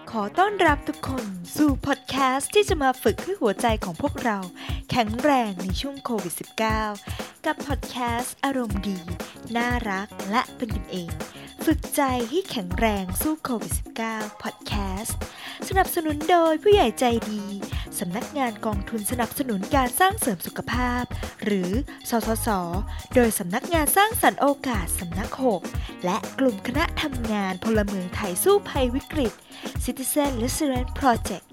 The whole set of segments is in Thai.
ขอต้อนรับทุกคนสู่พอดแคสต์ที่จะมาฝึกให้หัวใจของพวกเราแข็งแรงในช่วงโควิด -19 กับพอดแคสต์อารมณ์ดีน่ารักและเป็นกันเองฝึกใจให้แข็งแรงสู้โควิด -19 พอดแคสต์สนับสนุนโดยผู้ใหญ่ใจดีสำนักงานกองทุนสนับสนุนการสร้างเสริมสุขภาพหรือสสส.โดยสำนักงานสร้างสรรค์โอกาสสำนัก6และกลุ่มคณะทำงานพลเมืองไทยสู้ภัยวิกฤต Citizen Resilience Project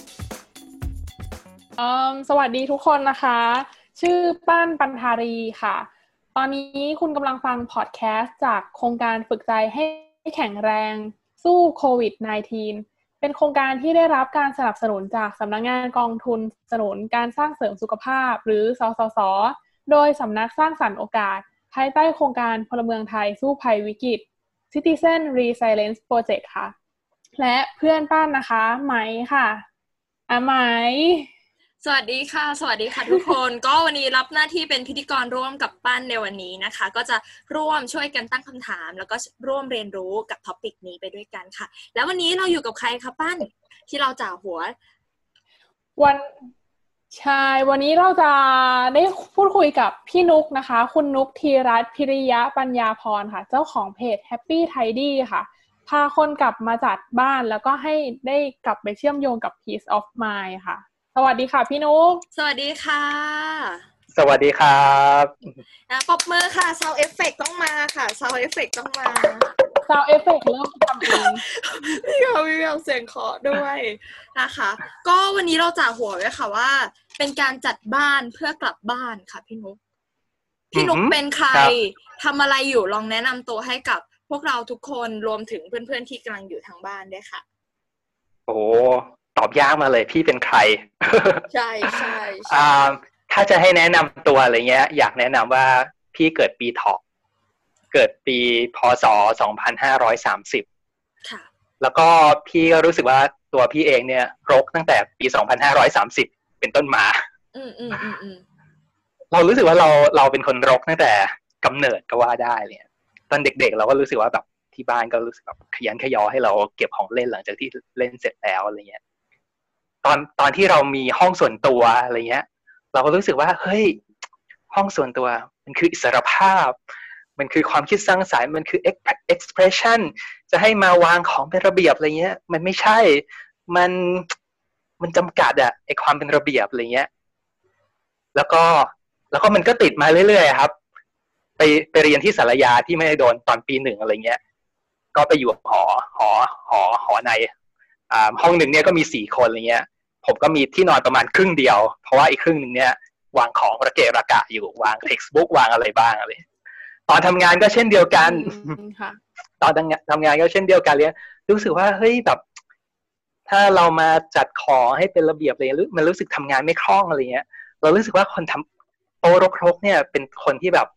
สวัสดีทุกคนนะคะชื่อป้านปันธารีค่ะตอนนี้คุณกำลังฟังพอดแคสต์จากโครงการฝึกใจให้แข็งแรงสู้โควิด -19 เป็นโครงการที่ได้รับการสนับสนุนจากสำนักงานกองทุนสนับสนุนการสร้างเสริมสุขภาพหรือสสส.โดยสำนักสร้างสรรค์โอกาสภายใต้โครงการพลเมืองไทยสู้ภัยวิกฤต Citizen Resilience Project ค่ะและเพื่อนป้านนะคะไหมค่ะไหมสวัสดีค่ะสวัสดีค่ะทุกคน ก็วันนี้รับหน้าที่เป็นพิธีกรร่วมกับปั้นในวันนี้นะคะก็จะร่วมช่วยกันตั้งคำถามแล้วก็ร่วมเรียนรู้กับท็อปิกนี้ไปด้วยกันค่ะแล้ววันนี้เราอยู่กับใครคะปั้นที่เราจ่าหัววันนี้เราจะได้พูดคุยกับพี่นุกนะคะคุณนุกธีรัตน์พิริยะปัญญาพรค่ะเจ้าของเพจ Happy Tidy ค่ะพาคนกลับมาจัดบ้านแล้วก็ให้ได้กลับไปเชื่อมโยงกับ Peace of Mind ค่ะสวัสดีค่ะพี่นุกสวัสดีค่ะสวัสดีครับปรบมือค่ะ Sound Effect ต้องมาค่ะ Sound Effect ต้องมา Sound Effect เริ่มทำเองมีเสียงเคาะด้วยนะคะก็วันนี้เราจ่าหัวไว้ค่ะว่าเป็นการจัดบ้านเพื่อกลับบ้านค่ะพี่นุกเป็นใครทำอะไรอยู่ลองแนะนำตัวให้กับพวกเราทุกคนรวมถึงเพื่อนๆที่กำลังอยู่ทางบ้านด้วยค่ะโอ้ตอบยากมาเลยพี่เป็นใครใช่ใช่ถ้าจะให้แนะนำตัวอะไรเงี้ยอยากแนะนำว่าพี่เกิดปีเถาะเกิดปีพ.ศ. 2530ค่ะแล้วก็พี่ก็รู้สึกว่าตัวพี่เองเนี่ยรกตั้งแต่ปี2530เป็นต้นมาเรารู้สึกว่าเราเป็นคนรกตั้งแต่กำเนิดก็ว่าได้เนี่ยตอนเด็กๆเราก็รู้สึกว่าแบบที่บ้านก็รู้สึกแบบขยันขยอให้เราเก็บของเล่นหลังจากที่เล่นเสร็จแล้วอะไรเงี้ยตอนที่เรามีห้องส่วนตัวอะไรเงี้ยเราก็รู้สึกว่าเฮ้ยห้องส่วนตัวมันคืออิสรภาพมันคือความคิดสร้างสรรค์มันคือ expression จะให้มาวางของเป็นระเบียบอะไรเงี้ยมันไม่ใช่มันจำกัดอะไอความเป็นระเบียบอะไรเงี้ยแล้วก็มันก็ติดมาเรื่อยๆครับไปเรียนที่สารยาที่ไม่ได้โดนตอนปี1อะไรเงี้ยก็ไปอยู่หอในห้องหนึ่งเนี่ยก็มี4คนอะไรเงี้ยผมก็มีที่นอนประมาณครึ่งเดียวเพราะว่าอีกครึ่งนึงเนี่ยวางของระเกะระกะอยู่วาง textbook วางอะไรบ้างอะไรตอนทำงานก็เช่นเดียวกันตอนทำงานก็เช่นเดียวกันเลยรู้สึกว่าเฮ้ยแบบถ้าเรามาจัดของให้เป็นระเบียบเลยมันรู้สึกทำงานไม่คล่องอะไรเงี้ยเรารู้สึกว่าคนทำโตรกๆเนี่ยเป็นคนที่แบบ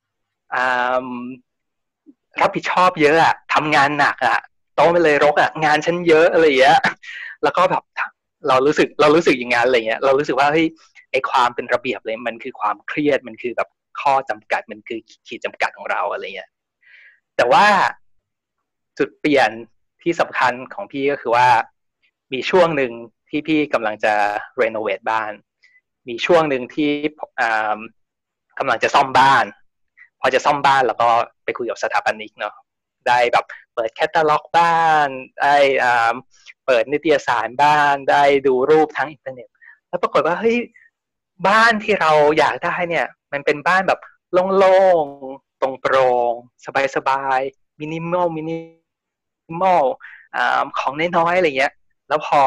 รับผิดชอบเยอะอะทำงานหนักอะโตไปเลยรกอะงานฉันเยอะอะไรเงี้ยแล้วก็แบบเรารู้สึกอย่างงั้นอะไรเงี้ยเรารู้สึกว่าเฮ้ยไอความเป็นระเบียบเลยมันคือความเครียดมันคือแบบข้อจำกัดมันคือขีดจำกัดของเราอะไรเงี้ยแต่ว่าจุดเปลี่ยนที่สำคัญของพี่ก็คือว่ามีช่วงหนึ่งที่พี่กำลังจะรีโนเวทบ้านมีช่วงหนึ่งที่กำลังจะซ่อมบ้านพอจะซ่อมบ้านแล้วก็ไปคุยกับสถาปนิกเนาะได้แบบเปิดแคตตาล็อกบ้านได้เปิดนิตยสารบ้านได้ดูรูปทั้งอินเทอร์เน็ตแล้วปรากฏว่าเฮ้ยบ้านที่เราอยากได้เนี่ยมันเป็นบ้านแบบโล่งๆโปร่งๆสบายๆมินิมอลของน้อยๆอะไรเงี้ยแล้วพ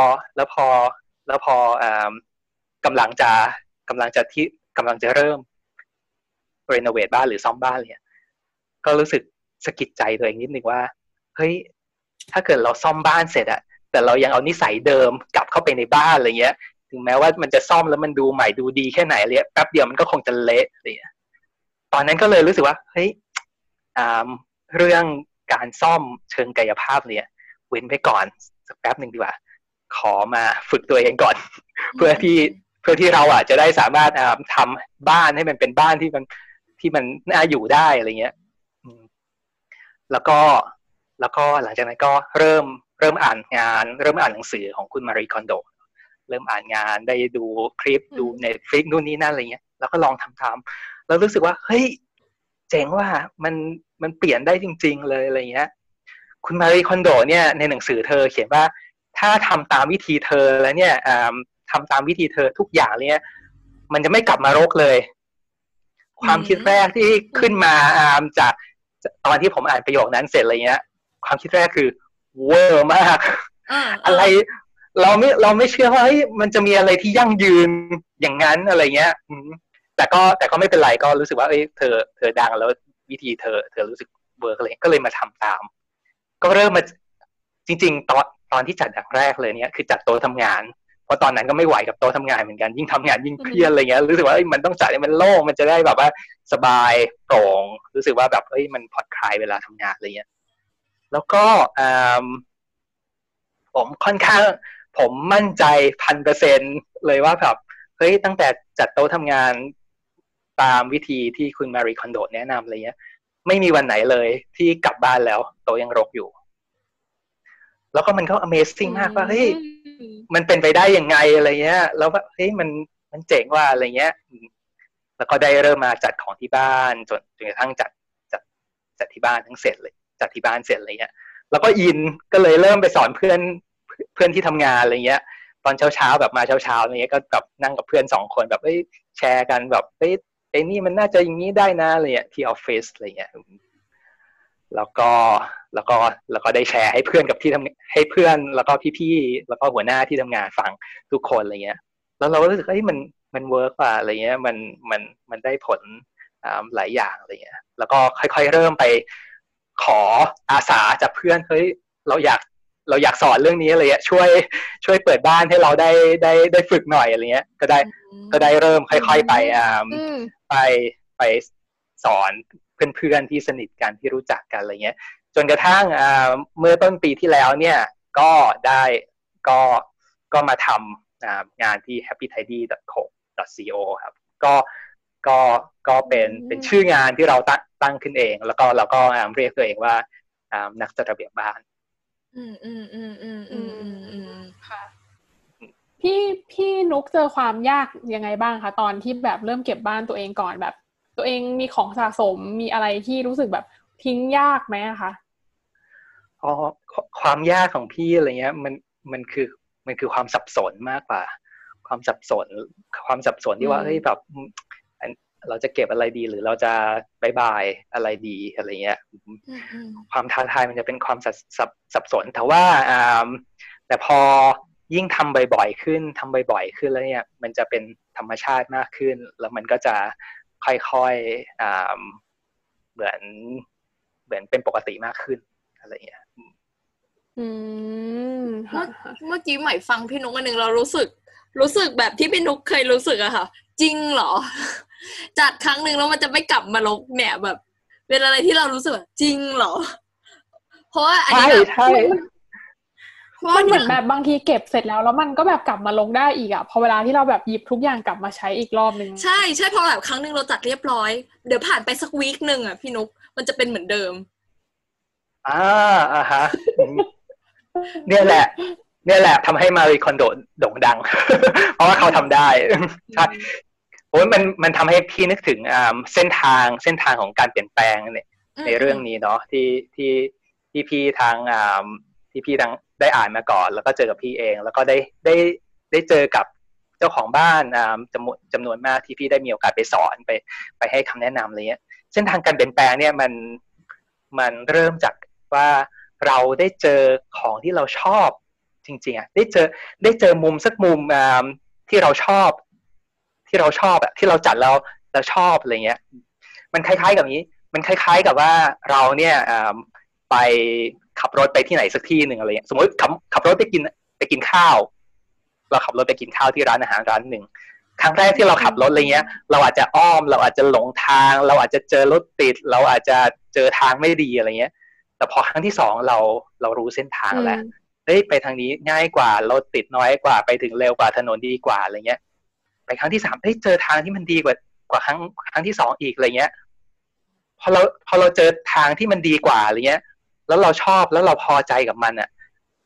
อกำลังจะเริ่มรีโนเวทบ้านหรือซ่อมบ้านเนี่ยก็รู้สึกสะกิดใจตัวเองนิดนึงว่าเฮ้ยถ้าเกิดเราซ่อมบ้านเสร็จอะแต่เรายังเอานิสัยเดิมกลับเข้าไปในบ้านอะไรเงี้ยถึงแม้ว่ามันจะซ่อมแล้วมันดูใหม่ดูดีแค่ไหนเลยแป๊บเดียวมันก็คงจะเละเลยตอนนั้นก็เลยรู้สึกว่าเฮ้ยเรื่องการซ่อมเชิงกายภาพเนี่ยเว้นไปก่อนสักแป๊บนึงดีกว่าขอมาฝึกตัวเองก่อน เพื่อที่เราอ่ะจะได้สามารถทำบ้านให้มันเป็นบ้านที่มันน่าอยู่ได้อะไรเงี้ยแล้วก็หลังจากนั้นก็เริ่เริ่มอ่านงานเริ่มอ่านหนังสือของคุณมารีคอนโดเริ่มอ่านงานได้ดูคลิปดู Netflix นู่นนี่นั่นอะไรเงี้ยแล้วก็ลองทำตามแล้วรู้สึกว่าเฮ้ยเจ๋งว่ามันเปลี่ยนได้จริงๆเลยอะไรเงี้ยคุณมารีคอนโดเนี่ยในหนังสือเธอเขียนว่าถ้าทำตามวิธีเธอแล้วเนี่ยทำตามวิธีเธอทุกอย่างเนี่ยมันจะไม่กลับมารกเลยความคิดแรกที่ขึ้นมาจากตอนที่ผมอ่านประโยคนั้นเสร็จอะไรเงี้ยความคิดแรกคือเวอร์มากอะไรเราไม่เชื่อว่าเฮ้ยมันจะมีอะไรที่ยั่งยืนอย่างนั้นอะไรเงี้ยแต่ก็ไม่เป็นไรก็รู้สึกว่าเอ้ยเธอดังแล้ววิธีเธอรู้สึกเวิร์กเลยก็เลยมาทำตามก็เริ่มมาจริงๆตอนที่จัดอย่างแรกเลยเนี่ยคือจัดโต๊ะทำงานเพราะตอนนั้นก็ไม่ไหวกับโต๊ะทำงานเหมือนกันยิ่งทำงานยิ่งเครียดอะไรเงี้ยรู้สึกว่ามันต้องจัดให้มันโล่งมันจะได้แบบว่าสบายโปร่งรู้สึกว่าแบบเอ้ยมันผ่อนคลายเวลาทำงานอะไรเงี้ยแล้วก็ผมมั่นใจ 1,000% เลยว่าแบบเฮ้ยตั้งแต่จัดโต๊ะทำงานตามวิธีที่คุณมารีคอนโดแนะนำอะไรเงี้ยไม่มีวันไหนเลยที่กลับบ้านแล้วโต๊ะยังรกอยู่แล้วก็มันก็ Amazing มากว่าเฮ้ยมันเป็นไปได้ยังไงอะไรเงี้ยแล้วว่าเฮ้ยมันเจ๋งว่าอะไรเงี้ยแล้วก็ได้เริ่มมาจัดของที่บ้านจนกระทั่งจัดที่บ้านทั้งเสร็จเลยจัดที่บ้านเสร็จอะไรเงี้ยแล้วก็อินก็เลยเริ่มไปสอนเพื่อนที่ทำงานอะไรเงี้ยตอนเช้าแบบมาเช้าอะไรเงี้ยก็แบบนั่งกับเพื่อน2 คนแบบเอ้ยแชร์กันแบบเฮ้ยไอ้นี่มันน่าจะอย่างนี้ได้นะอะไรเงี้ยที่ออฟฟิศอะไรเงี้ยแล้วก็ได้แชร์ให้เพื่อนกับที่ทำให้เพื่อนแล้วก็พี่ๆแล้วก็หัวหน้าที่ทำงานฟังทุกคนอะไรเงี้ยแล้วเราก็รู้สึกว่ามันเวิร์กว่ะอะไรเงี้ยมันได้ผลหลายอย่างอะไรเงี้ยแล้วก็ค่อยๆเริ่มไปขออาสาจากเพื่อนเฮ้ยเราอยากสอนเรื่องนี้อะไรเงี้ยช่วยเปิดบ้านให้เราได้ฝึกหน่อยอะไรเงี้ยก็ได้เริ่มค่อยๆไปสอนเพื่อนๆที่สนิทกันที่รู้จักกันอะไรเงี้ยจนกระทั่งเมื่อต้นปีที่แล้วเนี่ยก็มาทำงานที่ happytidy.co ครับก็เป็นชื่องานที่เราตั้งขึ้นเองแล้วก็เราก็เรียกตัวเองว่านักจัดระเบียบบ้านค่ะพี่นุกเจอความยากยังไงบ้างคะตอนที่แบบเริ่มเก็บบ้านตัวเองก่อนแบบตัวเองมีของสะสมมีอะไรที่รู้สึกแบบทิ้งยากไหมคะความยากของพี่อะไรเงี้ยมันคือความสับสนมากกว่าความสับสนที่ว่าเฮ้ยแบบเราจะเก็บอะไรดีหรือเราจะบายอะไรดีอะไรเงี้ยความท้าทายมันจะเป็นความสับสนแต่ว่าแต่พอยิ่งทำบ่อยๆขึ้นแล้วเนี่ยมันจะเป็นธรรมชาติมากขึ้นแล้วมันก็จะค่อยๆเหมือนเป็นปกติมากขึ้นอะไรเงี้ยเมื่อกี้ใหม่ฟังพี่นุ๊กอันหนึ่งเรารู้สึกแบบที่พี่นุ๊กเคยรู้สึกอะค่ะจริงเหรอจัดครั้งหนึ่งแล้วมันจะไม่กลับมารกเนี่ยแบบเป็นอะไรที่เรารู้สึกจริงเหรอเพราะว่าอันนี้แบบมันเหมือนแบบบางทีเก็บเสร็จแล้วมันก็แบบกลับมาลงได้อีกอ่ะพอเวลาที่เราแบบหยิบทุกอย่างกลับมาใช้อีกรอบนึงใช่พอแบบครั้งนึงเราจัดเรียบร้อยเดี๋ยวผ่านไปสักวีคนึงอ่ะพี่นุ๊กมันจะเป็นเหมือนเดิมฮะเนี่ยแหละทำให้มารีคอนโดโด่งดัง เพราะว่าเขาทำได้ใช่โอ้ยมันทำให้พี่นึกถึงเส้นทางของการเปลี่ยนแปลงในเรื่องนี้เนาะที่พี่ทางที่พี่ได้อ่านมาก่อนแล้วก็เจอกับพี่เองแล้วก็ได้เจอกับเจ้าของบ้านจำนวนมากที่พี่ได้มีโอกาสไปสอนไปให้คำแนะนำอะไรเงี้ยเส้นทางการเปลี่ยนแปลงเนี่ยมันเริ่มจากว่าเราได้เจอของที่เราชอบจริงๆอ่ะได้เจอมุมสักมุมที่เราชอบอ่ะที่เราจัดแล้วเราชอบอะไรเงี้ยมันคล้ายๆกับนี้มันคล้ายๆกับว่าเราเนี่ยไปขับรถไปที่ไหนสักที่หนึ่งอะไรเงี้ยสมมติขับรถไปกินข้าวเราขับรถไปกินข้าวที่ร้านอาหารร้านหนึ่งครั้งแรกที่เราขับรถอะไรเงี้ยเราอาจจะอ้อมเราอาจจะหลงทางเราอาจจะเจอรถติดเราอาจจะเจอทางไม่ดีอะไรเงี้ยแต่พอครั้งที่2เรารู้เส้นทางแล้วเฮ้ยไปทางนี้ง่ายกว่ารถติดน้อยกว่าไปถึงเร็วกว่าถนนดีกว่าอะไรเงี้ยไปครั้งที่3เฮ้ยเจอทางที่มันดีกว่าครั้งที่2อีกอะไรเงี้ยพอเราเจอทางที่มันดีกว่าอะไรเงี้ยแล้วเราชอบแล้วเราพอใจกับมันอ่ะ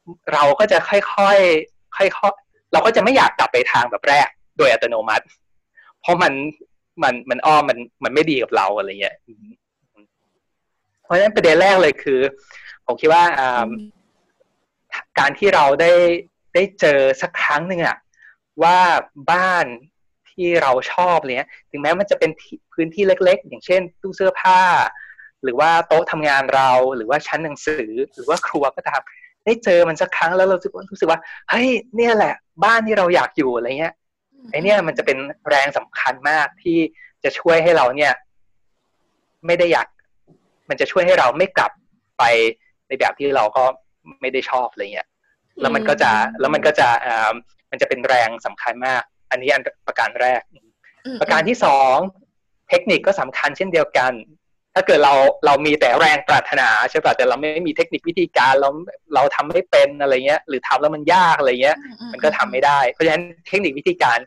เราก็จะค่อยๆเราก็จะไม่อยากกลับไปทางแบบแรกโดยอัตโนมัติเพราะมันอ้อมมันไม่ดีกับเราอะไรเงี้ยเพราะฉะนั้นประเด็นแรกเลยคือผมคิดว่าการที่เราได้เจอสักครั้งหนึ่งอะว่าบ้านที่เราชอบเนี้ยถึงแม้มันจะเป็นพื้นที่เล็กๆอย่างเช่นตู้เสื้อผ้าหรือว่าโต๊ะทำงานเราหรือว่าชั้นหนังสือหรือว่าครัวก็ตามได้เจอมันสักครั้งแล้วเรารู้สึกว่าเฮ้ยเนี่ยแหละบ้านที่เราอยากอยู่อะไรเงี้ยไอเนี่ยมันจะเป็นแรงสำคัญมากที่จะช่วยให้เราเนี่ยไม่ได้อยากมันจะช่วยให้เราไม่กลับไปในแบบที่เราก็ไม่ได้ชอบอะไรเงี้ยแล้วมันก็จะมันจะเป็นแรงสำคัญมากอันนี้อันประการแรกประการที่สองเทคนิคก็สำคัญเช่นเดียวกันถ้าเกิดเรามีแต่แรงปรารถนาใช่ป่ะแต่เราไม่มีเทคนิควิธีการเราทำไม่เป็นอะไรเงี้ยหรือทำแล้วมันยากอะไรเงี้ยมันก็ทำไม่ได้เพราะฉะนั้นเทคนิควิธีการ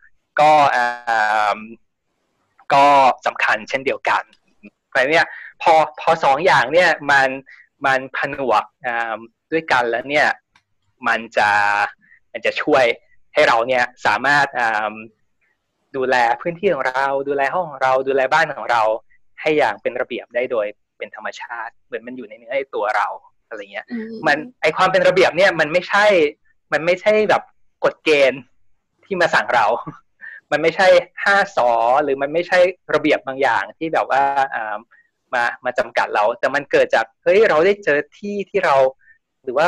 ก็สำคัญเช่นเดียวกันเพราะฉะนั้นเนี่ยพอสองอย่างเนี่ยมันผนวกด้วยกันแล้วเนี่ยมันจะช่วยให้เราเนี่ยสามารถดูแลพื้นที่ของเราดูแลห้องของเราดูแลบ้านของเราให้อย่างเป็นระเบียบได้โดยเป็นธรรมชาติเหมือนมันอยู่ในเนื้อในตัวเราอะไรเงี้ยมันไอความเป็นระเบียบเนี่ยมันไม่ใช่แบบกฎเกณฑ์ที่มาสั่งเรามันไม่ใช่5 สอหรือมันไม่ใช่ระเบียบบางอย่างที่แบบว่ามาจำกัดเราแต่มันเกิดจากเฮ้ยเราได้เจอที่เราหรือว่า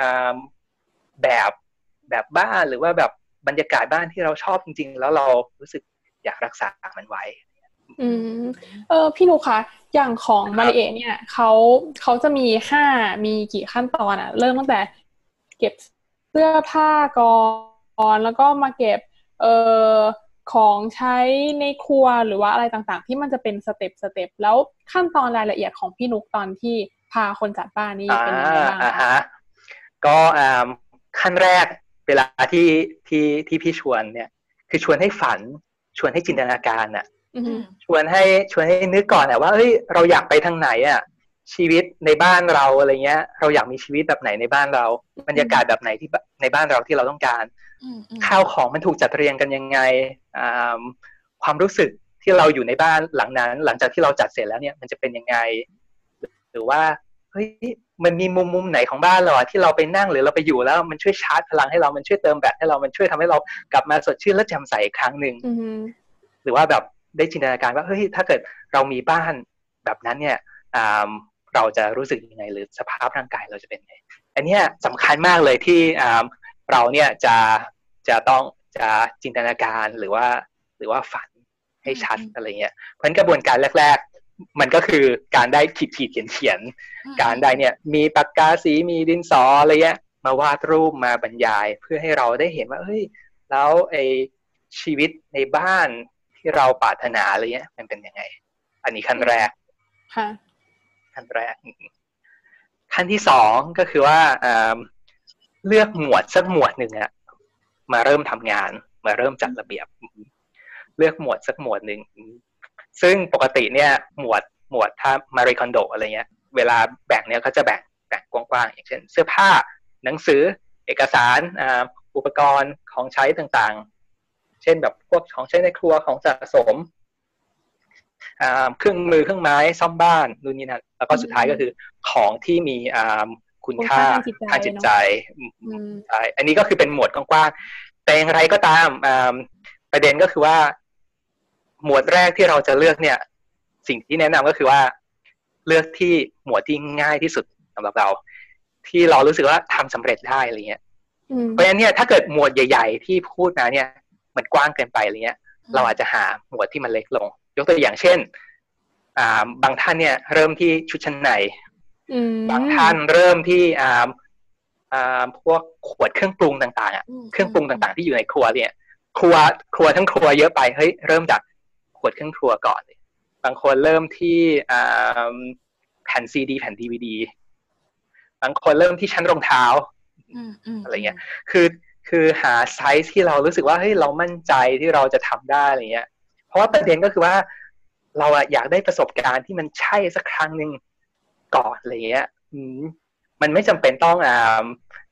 แบบบ้านหรือว่าแบบบรรยากาศบ้านที่เราชอบจริงๆแล้วเรารู้สึกอยากรักษามันไว้พี่นุคะอย่างของมาริเอะเนี่ยเขาจะมีกี่ขั้นตอนอะเริ่มตั้งแต่เก็บเสื้อผ้าก่อนแล้วก็มาเก็บของใช้ในครัวหรือว่าอะไรต่างๆที่มันจะเป็นสเต็ปแล้วขั้นตอนรายละเอียดของพี่นุกตอนที่พาคนจัดบ้านนี่เป็นยังไงบ้างคะก็ขั้นแรกเวลาที่พี่ชวนเนี่ยคือชวนให้ฝันชวนให้จินตนาการน่ะชวนให้นึกก่อนน่ะว่าเฮ้ยเราอยากไปทางไหนอ่ะชีวิตในบ้านเราอะไรเงี้ยเราอยากมีชีวิตแบบไหนในบ้านเราบรรยากาศแบบไหนที่ในบ้านเราที่เราต้องการข้าวของมันถูกจัดเรียงกันยังไงความรู้สึกที่เราอยู่ในบ้านหลังนั้นหลังจากที่เราจัดเสร็จแล้วเนี่ยมันจะเป็นยังไงหรือว่าเฮ้ยมันมีมุมไหนของบ้านเราที่เราไปนั่งหรือเราไปอยู่แล้วมันช่วยชาร์จพลังให้เรามันช่วยเติมแบตให้เรามันช่วยทำให้เรากลับมาสดชื่นและแจ่มใสอีกครั้งนึงหรือว่าแบบได้จินตนาการว่าเฮ้ยถ้าเกิดเรามีบ้านแบบนั้นเนี่ยเราจะรู้สึกยังไงหรือสภาพร่างกายเราจะเป็นไงอันนี้สำคัญมากเลยที่เราเนี่ยจะต้องจินตนาการหรือว่าฝันให้ชัดอะไรเงี้ยเพราะฉะนั้นกระบวนการแรกๆมันก็คือการได้ขีดเขียนการได้เนี่ยมีปากกาสีมีดินสออะไรเงี้ยมาวาดรูปมาบรรยายเพื่อให้เราได้เห็นว่าเฮ้ยแล้วไอชีวิตในบ้านที่เราปรารถนาอะไรเงี้ยมันเป็นยังไงอันนี้ขั้นแรกขั้นแรกขั้นที่สองก็คือว่าเลือกหมวดสักหมวดหนึ่งอะมาเริ่มทำงานมาเริ่มจัดระเบียบเลือกหมวดสักหมวดหนึ่งซึ่งปกติเนี่ยหมวดถ้ามารีคอนโดอะไรเงี้ยเวลาแบ่งเนี่ยเขาจะแบ่งกว้างๆอย่างเช่นเสื้อผ้าหนังสือเอกสารอุปกรณ์ของใช้ต่างๆเช่นแบบพวกของใช้ในครัวของสะสมเครื่องมือเครื่องไม้ซ่อมบ้านนู่นนี่นั่นแล้วก็สุดท้ายก็คือของที่มีคุณค่าทางจิตใจอันนี้ก็คือเป็นหมวดกว้างๆแต่อย่างไรก็ตามประเด็นก็คือว่าหมวดแรกที่เราจะเลือกเนี่ยสิ่งที่แนะนำก็คือว่าเลือกที่หมวดที่ง่ายที่สุดสำหรับเราที่เรารู้สึกว่าทำสำเร็จได้อะไรเงี้ยเพราะฉะนั้นเนี่ยถ้าเกิดหมวดใหญ่ๆที่พูดมาเนี่ยมันกว้างเกินไปอะไรเงี้ยเราอาจจะหาหมวดที่มันเล็กลงยกตัวอย่างเช่นบางท่านเนี่ยเริ่มที่ชุดชั้นในบางท่านเริ่มที่พวกขวดเครื่องปรุงต่างๆเครื่องปรุงต่างๆที่อยู่ในครัวเนี่ยครัวทั้งครัวเยอะไปเฮ้ยเริ่มจากขวดเครื่องครัวก่อนบางคนเริ่มที่แผ่นซีดีแผ่นดีวีดีบางคนเริ่มที่ชั้นรองเท้าอะไรเงี้ยคือหาไซส์ที่เรารู้สึกว่าเฮ้ยเรามั่นใจที่เราจะทำได้อะไรเงี้ยเพราะว่าประเด็นก็คือว่าเราอยากได้ประสบการณ์ที่มันใช่สักครั้งนึงก่อนอะไรเงี้ยมันไม่จำเป็นต้อง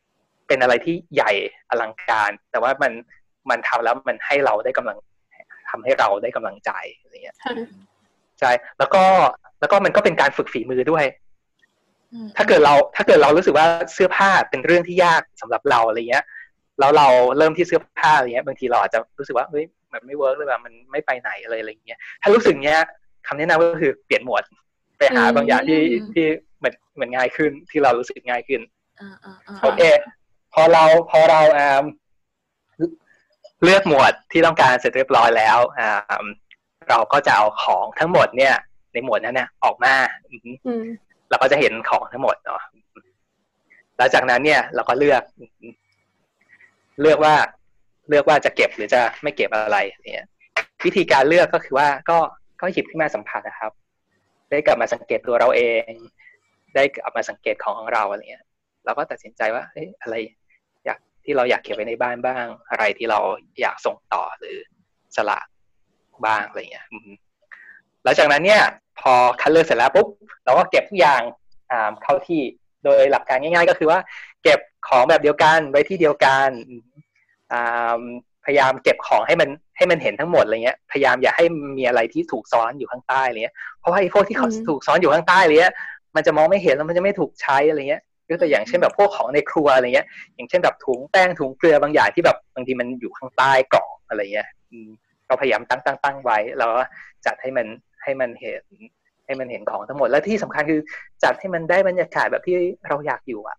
เป็นอะไรที่ใหญ่อลังการแต่ว่ามันทำแล้วมันให้เราได้กำลังทำให้เราได้กำลังใจอะไรเงี้ยใช่แล้วก็มันก็เป็นการฝึกฝีมือด้วยถ้าเกิดเรารู้สึกว่าเสื้อผ้าเป็นเรื่องที่ยากสำหรับเราอะไรเงี้ยแล้วเราเริ่มที่เสื้อผ้าอะไรเงี้ยบางทีเราอาจจะรู้สึกว่าเฮ้ยมันไม่เวิร์กเลยแบบมันไม่ไปไหนอะไรเงี้ยถ้ารู้สึกเงี้ยคำแนะนำก็คือเปลี่ยนหมวดไปหาบางอย่างที่เหมือนง่ายขึ้นที่เรารู้สึกง่ายขึ้นโอเคพอเราเลือกหมวดที่ต้องการเสร็จเรียบร้อยแล้วเราก็จะเอาของทั้งหมดเนี่ยในหมวดนั้นเนี่ยออกมาเราก็จะเห็นของทั้งหมดเนาะแล้วจากนั้นเนี่ยเราก็เลือกว่าจะเก็บหรือจะไม่เก็บอะไรเนี่ยวิธีการเลือกก็คือว่าก็หยิบขึ้นมาสัมผัสนะครับได้กลับมาสังเกตตัวเราเองได้กลับมาสังเกตของเราอะไรเงี้ยเราก็ตัดสินใจว่าอะไรที่เราอยากเก็บไว้ในบ้านบ้างอะไรที่เราอยากส่งต่อหรือสละบ้างอะไรเงี้ยแล้วจากนั้นเนี่ยพอคัดเลือกเสร็จแล้วปุ๊บเราก็เก็บทุกอย่างเข้าที่โดยหลักการง่ายๆก็คือว่าเก็บของแบบเดียวกันไว้ที่เดียวกันพยายามเก็บของให้มันเห็นทั้งหมดอะไรเงี้ยพยายามอย่าให้มีอะไรที่ถูกซ้อนอยู่ข้างใต้อะไรเงี้ยเพราะว่าไอ้พวกที่เขาถูกซ้อนอยู่ข้างใต้อะไรเงี้ยมันจะมองไม่เห็นแล้วมันจะไม่ถูกใช้อะไรเงี้ยยกตัวอย่างเช่นแบบพวกของในครัวอะไรเงี้ยอย่างเช่นแบบถุงแป้งถุงเกลือบางอย่างที่แบบบางทีมันอยู่ข้างใต้กล่องอะไรเงี้ยก็พยายามตั้งไว้แล้วจัดให้มันเห็นของทั้งหมดและที่สำคัญคือจัดให้มันได้บรรยากาศแบบที่เราอยากอยู่อ่ะ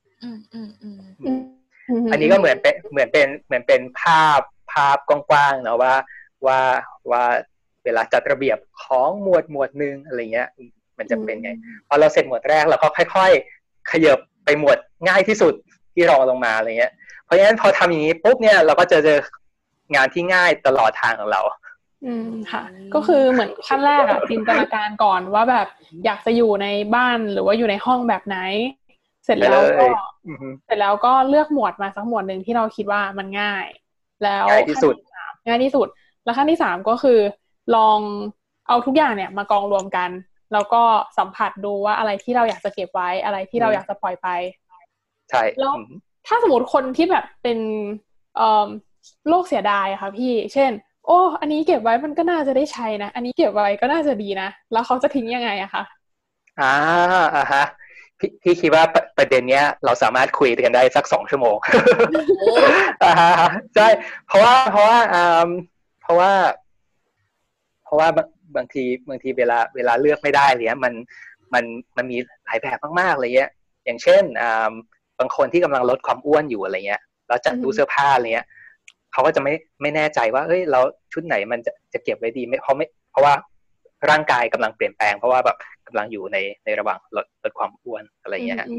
อันนี้ก็เหมือนเป็นภาพกว้างๆเนาะว่าเวลาจัดระเบียบของหมวดนึงอะไรเงี้ยมันจะเป็นไงพอเราเสร็จหมวดแรกเราก็ค่อยๆขยับไปหมวดง่ายที่สุดที่รองลงมาอะไรเงี้ยเพราะฉะนั้นพอทำอย่างนี้ปุ๊บเนี่ยเราก็เจองานที่ง่ายตลอดทางของเราค่ะก็คือเหมือนขั้นแรกอะจินตนาการก่อนว่าแบบอยากจะอยู่ในบ้านหรือว่าอยู่ในห้องแบบไหนเสร็จแล้วก็เลือกหมวดมาสักหมวดหนึ่งที่เราคิดว่ามันง่ายแล้วง่ายที่สุดแล้วขั้นที่3ก็คือลองเอาทุกอย่างเนี่ยมากองรวมกันแล้วก็สัมผัสดูว่าอะไรที่เราอยากจะเก็บไว้อะไรที่เราอยากจะปล่อยไปใช่แล้วถ้าสมมติคนที่แบบเป็นโรคเสียดายค่ะพี่เช่นโอ้อันนี้เก็บไว้มันก็น่าจะได้ใช้นะอันนี้เก็บไว้ก็น่าจะดีนะแล้วเขาจะทิ้งยังไงอะคะฮะพี่คิดว่าประเด็นเนี้ยเราสามารถคุยกันได้สัก2 ชั่วโมงใช่เพราะว่าบางทีเวลาเลือกไม่ได้เนี้ยมันมีหลายแบบมากๆอะไรเงี้ยอย่างเช่นบางคนที่กำลังลดความอ้วนอยู่อะไรเงี้ยแล้วจัดตู้เสื้อผ้าอะไรเงี้ยเขาก็จะไม่แน่ใจว่าเฮ้ยเราชุดไหนมันจะเก็บไว้ดีไหมเพราะว่าร่างกายกำลังเปลี่ยนแปลงเพราะว่าแบบกำลังอยู่ในระหว่างลดความอ้วนอะไรเงี้ย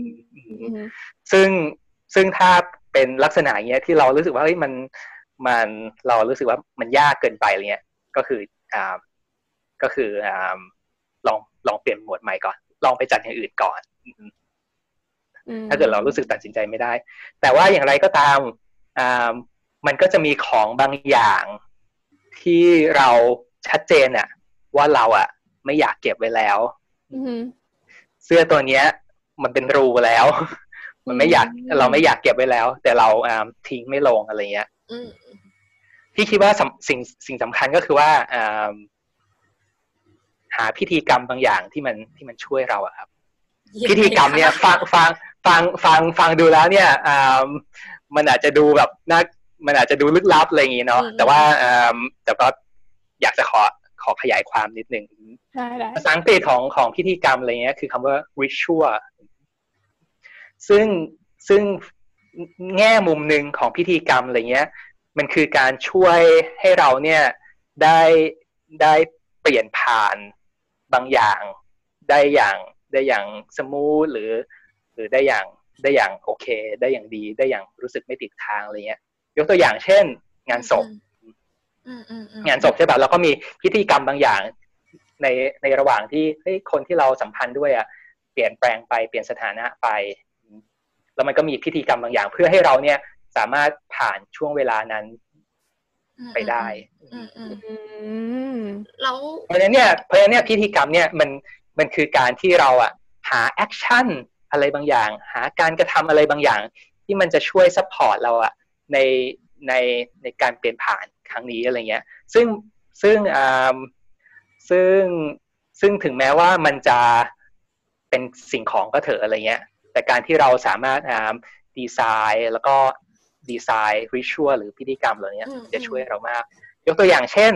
ซึ่งถ้าเป็นลักษณะเงี้ยที่เรารู้สึกว่าเฮ้ยมันเรารู้สึกว่ามันยากเกินไปอะไรเงี้ยก็คือลองเปลี่ยนหมวดใหม่ก่อนลองไปจัดอย่างอื่นก่อนถ้าเกิดเรารู้สึกตัดสินใจไม่ได้แต่ว่าอย่างไรก็ตามมันก็จะมีของบางอย่างที่เราชัดเจนอะว่าเราอะไม่อยากเก็บไว้แล้วเสื้อตัวเนี้ยมันเป็นรูแล้วมันเราไม่อยากเก็บไว้แล้วแต่เราทิ้งไม่ลงอะไรเงี้ยพี่คิดว่าสิ่งสำคัญก็คือว่าหาพิธีกรรมบางอย่างที่มันช่วยเราอะครับพิธีกรรมเนี่ยฟังดูแล้วเนี่ยมันอาจจะดูแบบมันอาจจะดูลึกลับอะไรอย่างงี้เนาะแต่ก็อยากจะขอขยายความนิดนึงภาษาอังกฤษของพิธีกรรมอะไรเงี้ยคือคำว่า ritual ซึ่งแง่มุมหนึ่งของพิธีกรรมอะไรเงี้ยมันคือการช่วยให้เราเนี่ยได้เปลี่ยนผ่านบางอย่างได้อย่างสมูทหรือได้อย่างโอเคได้อย่างดีได้อย่างรู้สึกไม่ติดค้างอะไรเงี้ยยกตัวอย่างเช่นงานศพใช่ป่ะแล้วก็มีพิธีกรรมบางอย่างในระหว่างที่คนที่เราสัมพันธ์ด้วยอะเปลี่ยนแปลงไปเปลี่ยนสถานะไปแล้วมันก็มีพิธีกรรมบางอย่างเพื่อให้เราเนี่ยสามารถผ่านช่วงเวลานั้นไปได้แล้วเพราะฉะนั้นเนี่ยพิธีกรรมเนี่ยมันคือการที่เราอะหาแอคชั่นอะไรบางอย่างหาการกระทำอะไรบางอย่างที่มันจะช่วยซัพพอร์ตเราอะในในในการเปลี่ยนผ่านครั้งนี้อะไรเงี้ยซึ่งซึ่งถึงแม้ว่ามันจะเป็นสิ่งของก็เถอะอะไรเงี้ยแต่การที่เราสามารถดีไซน์แล้วก็ดีไซน์ริชวลหรือพิธีกรรมเหล่านี้จะช่วยเรามากยกตัวอย่างเช่น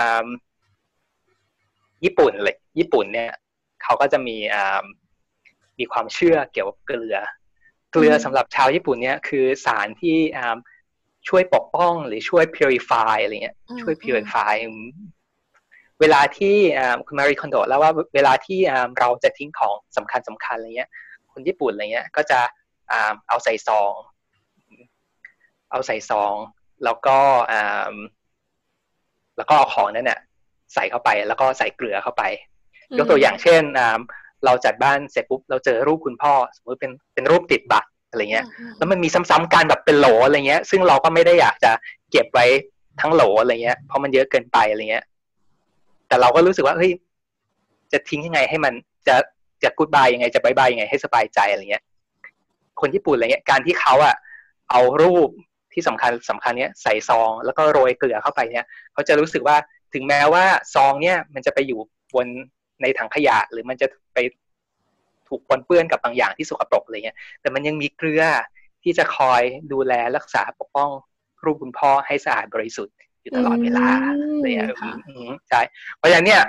ญี่ปุ่นเนี่ยเขาก็จะมีความเชื่อเกี่ยวกับเกลือสำหรับชาวญี่ปุ่นเนี่ยคือสารที่ช่วยปกป้องหรือช่วย purify อะไรเงี้ยช่วย purify เวลาที่คุณมารีคอนโดแล้วว่าเวลาที่เราจะทิ้งของสำคัญอะไรเงี้ยคนญี่ปุ่นอะไรเงี้ยก็จะเอาใส่ซองแล้วก็เอาของนั้นเนี่ยใส่เข้าไปแล้วก็ใส่เกลือเข้าไปยกตัวอย่างเช่นเราจัดบ้านเสร็จปุ๊บเราเจอรูปคุณพ่อสมมติเป็นรูปติดบัตรอะไรเงี้ยแล้วมันมีซ้ำๆกันแบบเป็นโหลอะไรเงี้ยซึ่งเราก็ไม่ได้อยากจะเก็บไว้ทั้งโหลอะไรเงี้ยเพราะมันเยอะเกินไปอะไรเงี้ยแต่เราก็รู้สึกว่าเฮ้ยจะทิ้งยังไงให้มันจะกู๊ดบายยังไงจะบายบายยังไงให้สบายใจอะไรเงี้ยคนญี่ปุ่นอะไรเงี้ยการที่เขาเอารูปที่สำคัญเนี้ยใส่ซองแล้วก็โรยเกลือเข้าไปเนี่ยเขาจะรู้สึกว่าถึงแม้ว่าซองเนี่ยมันจะไปอยู่บนในถังขยะหรือมันจะไปถูกปนเปื้อนกับบางอย่างที่สกปรกอะไรเงี้ยแต่มันยังมีเกลือที่จะคอยดูแลรักษาปกป้องรูปคุณพ่อให้สะอาดบริสุทธิ์อยู่ตลอดเวลาเลยใช่เพราะฉะนั้นเนี่ย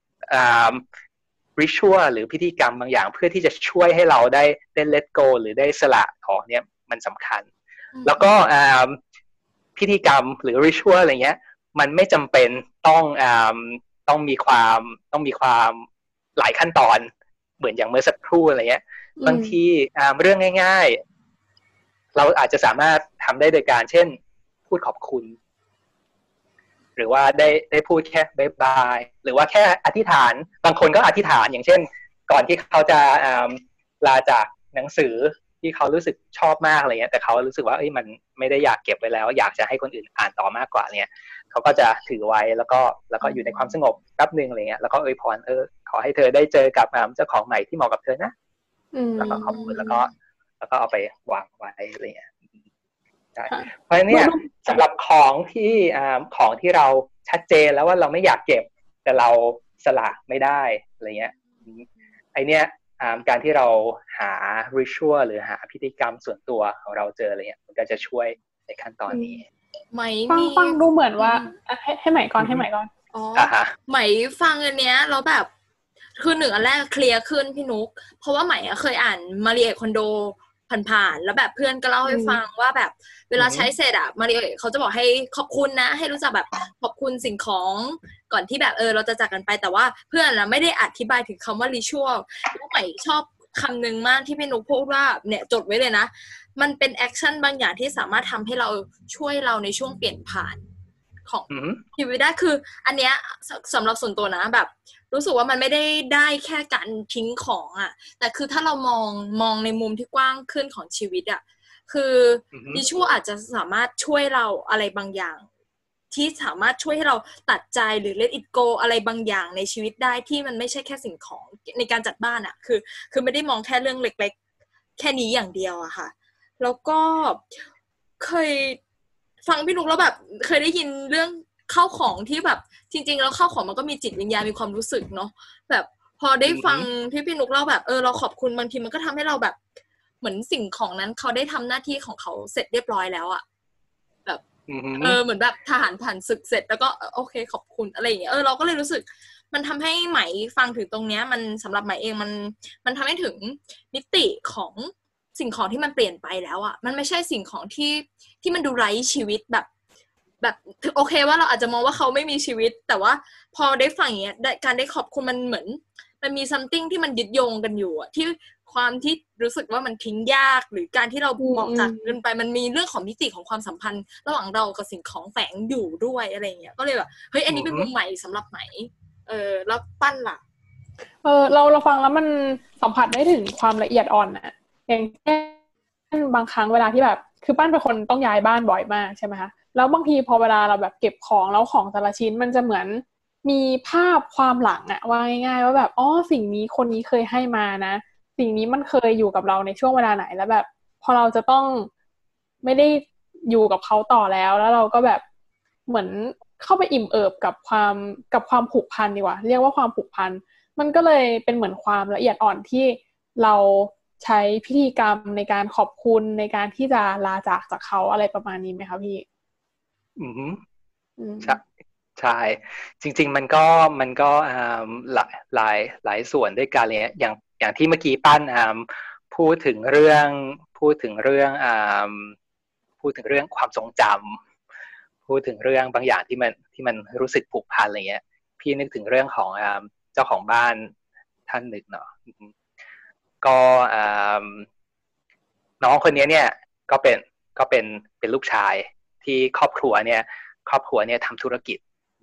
ริชวลหรือพิธีกรรมบางอย่างเพื่อที่จะช่วยให้เราได้ let go หรือได้สละของเนี่ยมันสำคัญแล้วก็พิธีกรรมหรือริชวลอะไรเงี้ยมันไม่จำเป็นต้องมีความหลายขั้นตอนเหมือนอย่างเมื่อสักครู่อะไรเงี้ยบางทีเรื่องง่ายๆเราอาจจะสามารถทำได้โดยการเช่นพูดขอบคุณหรือว่าได้พูดแค่บ๊ายบายหรือว่าแค่อธิษฐานบางคนก็อธิษฐานอย่างเช่นก่อนที่เขาจะลาจากหนังสือที่เขารู้สึกชอบมากอะไรเงี้ยแต่เขารู้สึกว่ามันไม่ได้อยากเก็บไว้แล้วอยากจะให้คนอื่นอ่านต่อมากกว่าเนี่ยเขาก็จะถือไว้แล้วก็อยู่ในความสงบแป๊บนึงอะไรเงี้ยแล้วก็พรขอให้เธอได้เจอกับเจ้าของใหม่ที่เหมาะกับเธอนะแล้วก็ขอบคุณแล้วก็เอาไปวางไว้อะไรเงี้ยใช่เพราะฉะนั้นเนี่ยสำหรับของที่เราชัดเจนแล้วว่าเราไม่อยากเก็บแต่เราสละไม่ได้อะไรเงี้ยไอเนี้ยการที่เราหา ritual หรือหาพิธีกรรมส่วนตัวของเราเจออะไรเงี้ยมันก็จะช่วยในขั้นตอนนี้ฟังดูเหมือนว่าให้ใหม่ก่อนอ๋อไหมฟังอันเนี้ยแล้วแบบคือหนึ่งอันแรกเคลียร์ขึ้นพี่นุ๊กเพราะว่าไหมเคยอ่านมาริเอะคอนโดผ่านๆแล้วแบบเพื่อนก็เล่าให้ฟังว่าแบบเวลาใช้เสร็จมาริเอะเขาจะบอกให้ขอบคุณนะให้รู้จักแบบขอบคุณสิ่งของก่อนที่แบบเราจะจากกันไปแต่ว่าเพื่อนไม่ได้อธิบายถึงคำว่าริชวลแล้วไหมชอบคำหนึ่งมากที่พี่นุ๊กพูดว่าเนี่ยจดไว้เลยนะมันเป็นแอคชั่นบางอย่างที่สามารถทำให้เราช่วยเราในช่วงเปลี่ยนผ่านของชีวิตได้คืออันเนี้ยสำหรับส่วนตัวนะแบบรู้สึกว่ามันไม่ได้แค่การทิ้งของแต่คือถ้าเรามองในมุมที่กว้างขึ้นของชีวิตคือดิชั่วอาจจะสามารถช่วยเราอะไรบางอย่างที่สามารถช่วยให้เราตัดใจหรือ let it go อะไรบางอย่างในชีวิตได้ที่มันไม่ใช่แค่สิ่งของในการจัดบ้านคือไม่ได้มองแค่เรื่องเล็กๆแค่นี้อย่างเดียวอะค่ะแล้วก็เคยฟังพี่นุ๊กแล้วแบบเคยได้ยินเรื่องข้าวของที่แบบจริงๆแล้วข้าวของมันก็มีจิตวิญญาณมีความรู้สึกเนาะแบบพอได้ฟังที่พี่นุ๊กเล่าแบบเราขอบคุณบางทีมันก็ทำให้เราแบบเหมือนสิ่งของนั้นเขาได้ทำหน้าที่ของเขาเสร็จเรียบร้อยแล้วแบบเหมือนแบบทหารผ่านศึกเสร็จแล้วก็โอเคขอบคุณอะไรอย่างเงี้ยเราก็เลยรู้สึกมันทำให้ไหมฟังถึงตรงเนี้ยมันสำหรับไหมเองมันทำให้ถึงมิติของสิ่งของที่มันเปลี่ยนไปแล้วมันไม่ใช่สิ่งของที่มันดูไร้ชีวิตแบบโอเคว่าเราอาจจะมองว่าเขาไม่มีชีวิตแต่ว่าพอได้ฟังอย่างเงี้ยการได้ขอบคุณมันเหมือนมันมี something ที่มันยึดโยงกันอยู่ที่ความที่รู้สึกว่ามันทิ้งยากหรือการที่เรามองจากกันไปมันมีเรื่องของมิติของความสัมพันธ์ระหว่างเรากับสิ่งของแฝงอยู่ด้วยอะไรเงี้ยก็เลยแบบเฮ้ยอันนี้เป็นมุมใหม่สำหรับไหมแล้วปั้นล่ะเราฟังแล้วมันสัมผัสได้ถึงความละเอียดอ่อนอย่างเช่นบางครั้งเวลาที่แบบคือปั้นเป็นคนต้องย้ายบ้านบ่อยมากใช่ไหมคะแล้วบางทีพอเวลาเราแบบเก็บของแล้วของแต่ละชิ้นมันจะเหมือนมีภาพความหลังว่าง่ายๆว่าแบบสิ่งนี้คนนี้เคยให้มานะสิ่งนี้มันเคยอยู่กับเราในช่วงเวลาไหนแล้วแบบพอเราจะต้องไม่ได้อยู่กับเขาต่อแล้วเราก็แบบเหมือนเข้าไปอิ่มเอิบกับความผูกพันดีกว่าเรียกว่าความผูกพันมันก็เลยเป็นเหมือนความละเอียดอ่อนที่เราใช้พิธีกรรมในการขอบคุณในการที่จะลาจากเขาอะไรประมาณนี้ไหมคะพี่ใช่จริงๆมันก็หลายส่วนด้วยกันเลยอย่างที่เมื่อกี้ปั้นพูดถึงเรื่องความทรงจำพูดถึงเรื่องบางอย่างที่มันรู้สึกผูกพันอะไรเงี้ยพี่นึกถึงเรื่องของเจ้าของบ้านท่านหนึ่งเนาะก็น้องคนนี้เนี่ยก็เป็นลูกชายที่ครอบครัวเนี่ยทำธุรกิจ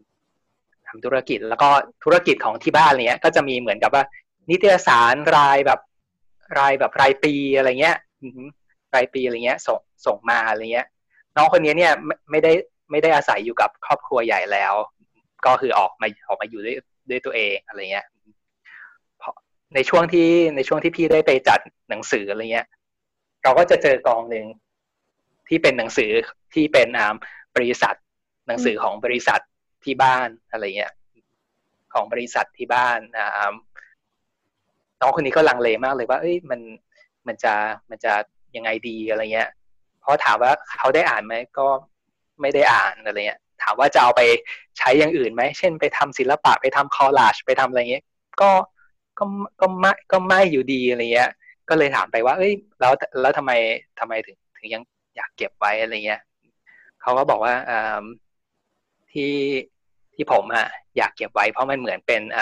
แล้วก็ธุรกิจของที่บ้านเนี้ยก็จะมีเหมือนกับว่านิตยสารรายปีอะไรเงี้ยรายปีอะไรเงี้ยส่งมาอะไรเงี้ยน้องคนนี้เนี่ยไม่ได้อาศัยอยู่กับครอบครัวใหญ่แล้วก็คือออกมาอยู่ด้วยตัวเองอะไรเงี้ยในช่วงที่พี่ได้ไปจัดหนังสืออะไรเงี้ยเราก็จะเจอกองหนึ่งที่เป็นหนังสือที่เป็นบริษัทหนังสือของบริษัทที่บ้านอะไรเงี้ยของบริษัทที่บ้านน้องคนนี้ก็ลังเลมากเลยว่าเอ้ยมันจะยังไงดีอะไรเงี้ยเพราะถามว่าเขาได้อ่านไหมก็ไม่ได้อ่านอะไรเงี้ยถามว่าจะเอาไปใช้อย่างอื่นไหมเช่นไปทำศิลปะไปทำคอลลาจไปทำอะไรเงี้ยก็ไม่อยู่ดีอะไรเงี้ยก็เลยถามไปว่าเอ้ยแล้วทำไมถึงยังอยากเก็บไว้อะไรเงี้ยเขาก็บอกว่าที่ผมอยากเก็บไว้เพราะมันเหมือน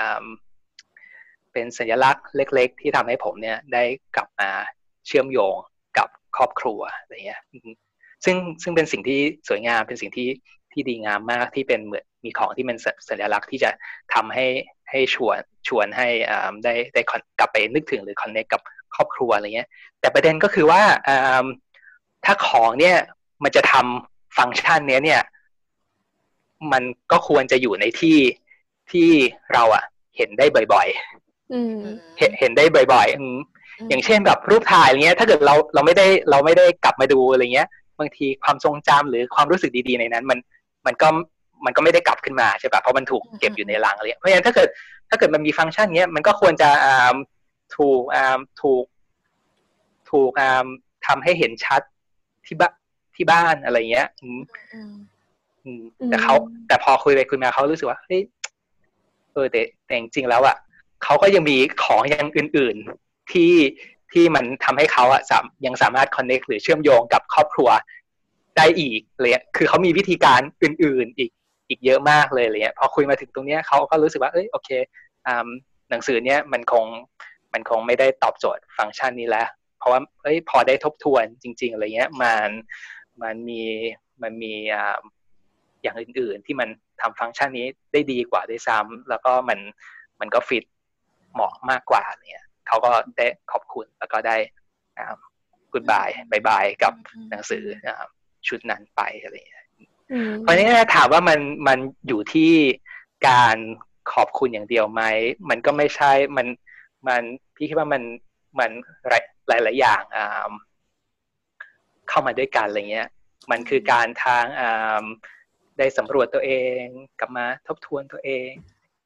เป็นสัญลักษณ์เล็กๆที่ทำให้ผมเนี่ยได้กลับมาเชื่อมโยงกับครอบครัวอะไรเงี้ยซึ่งเป็นสิ่งที่สวยงามเป็นสิ่งที่ดีงามมากที่เป็นเหมือนมีของที่เป็นสัญลักษณ์ที่จะทำให้ชวนให้ได้กลับไปนึกถึงหรือคอนเนคกับครอบครัวอะไรเงี้ยแต่ประเด็นก็คือว่าถ้าของเนี่ยมันจะทำฟังก์ชันเนี่ยมันก็ควรจะอยู่ในที่เราเห็นได้บ่อยๆเห็นได้บ่อยๆอย่างเช่นแบบรูปถ่ายอะไรเงี้ยถ้าเกิดเราไม่ได้กลับมาดูอะไรเงี้ยบางทีความทรงจำหรือความรู้สึกดีๆในนั้นมันก็ไม่ได้กลับขึ้นมาใช่ป่ะเพราะมันถูกเก็บอยู่ในลังอะไรเพราะฉะนั้นถ้าเกิดมันมีฟังก์ชันเงี้ยมันก็ควรจะถูกทำให้เห็นชัดที่บ้านอะไรเงี้ยแต่พอคุยไปคุยมาเขารู้สึกว่าเฮ้ยแต่จริงๆแล้วเขาก็ยังมีของอย่างอื่นๆที่มันทำให้เขายังสามารถคอนเนคหรือเชื่อมโยงกับครอบครัวได้อีกเลยคือเขามีวิธีการอื่นๆอีกเยอะมากเลยเลยพอคุยมาถึงตรงนี้เขาก็รู้สึกว่าโอเคหนังสือเนี้ยมันคงไม่ได้ตอบโจทย์ฟังก์ชันนี้แล้วเพราะว่าพอได้ทบทวนจริงๆอะไรเงี้ยมันมีอย่างอื่นๆที่มันทำฟังก์ชันนี้ได้ดีกว่าด้วยซ้ำแล้วก็มันก็ฟิตเหมาะมากกว่าเนี่ยเขาก็ได้ขอบคุณแล้วก็ได้goodbye บายกับหนังสือชุดนั้นไปอะไรอย่างเงี้ยเพราะนี้ถามว่ามันอยู่ที่การขอบคุณอย่างเดียวไหมมันก็ไม่ใช่มันพี่คิดว่ามันหลายๆอย่างเข้ามาด้วยกันอะไรเงี้ยมันคือการทางได้สำรวจตัวเองกลับมาทบทวนตัวเอง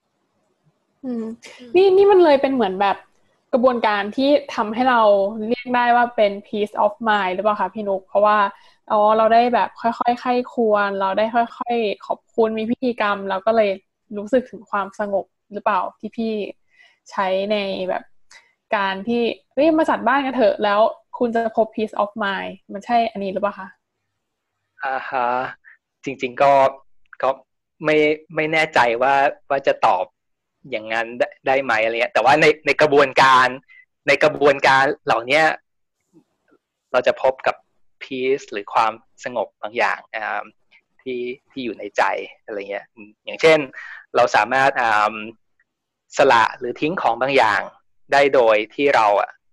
นี่มันเลยเป็นเหมือนแบบกระบวนการที่ทำให้เราเรียกได้ว่าเป็น peace of mind หรือเปล่าคะพี่นุกเพราะว่าเราได้แบบค่อยๆไข้ควรเราได้ค่อยๆขอบคุณมีพิธีกรรมเราก็เลยรู้สึกถึงความสงบหรือเปล่าที่พี่ใช้ในแบบการที่มาจัดบ้านกันเถอะแล้วคุณจะพบ peace of mind มันใช่อันนี้หรือเปล่าคะฮะจริงๆก็ไม่แน่ใจว่าจะตอบอย่างนั้นได้ไหมอะไรเงี้ยแต่ว่าในกระบวนการเหล่านี้เราจะพบกับ peace หรือความสงบบางอย่างที่อยู่ในใจอะไรเงี้ยอย่างเช่นเราสามารถสละหรือทิ้งของบางอย่างได้โดยที่เรา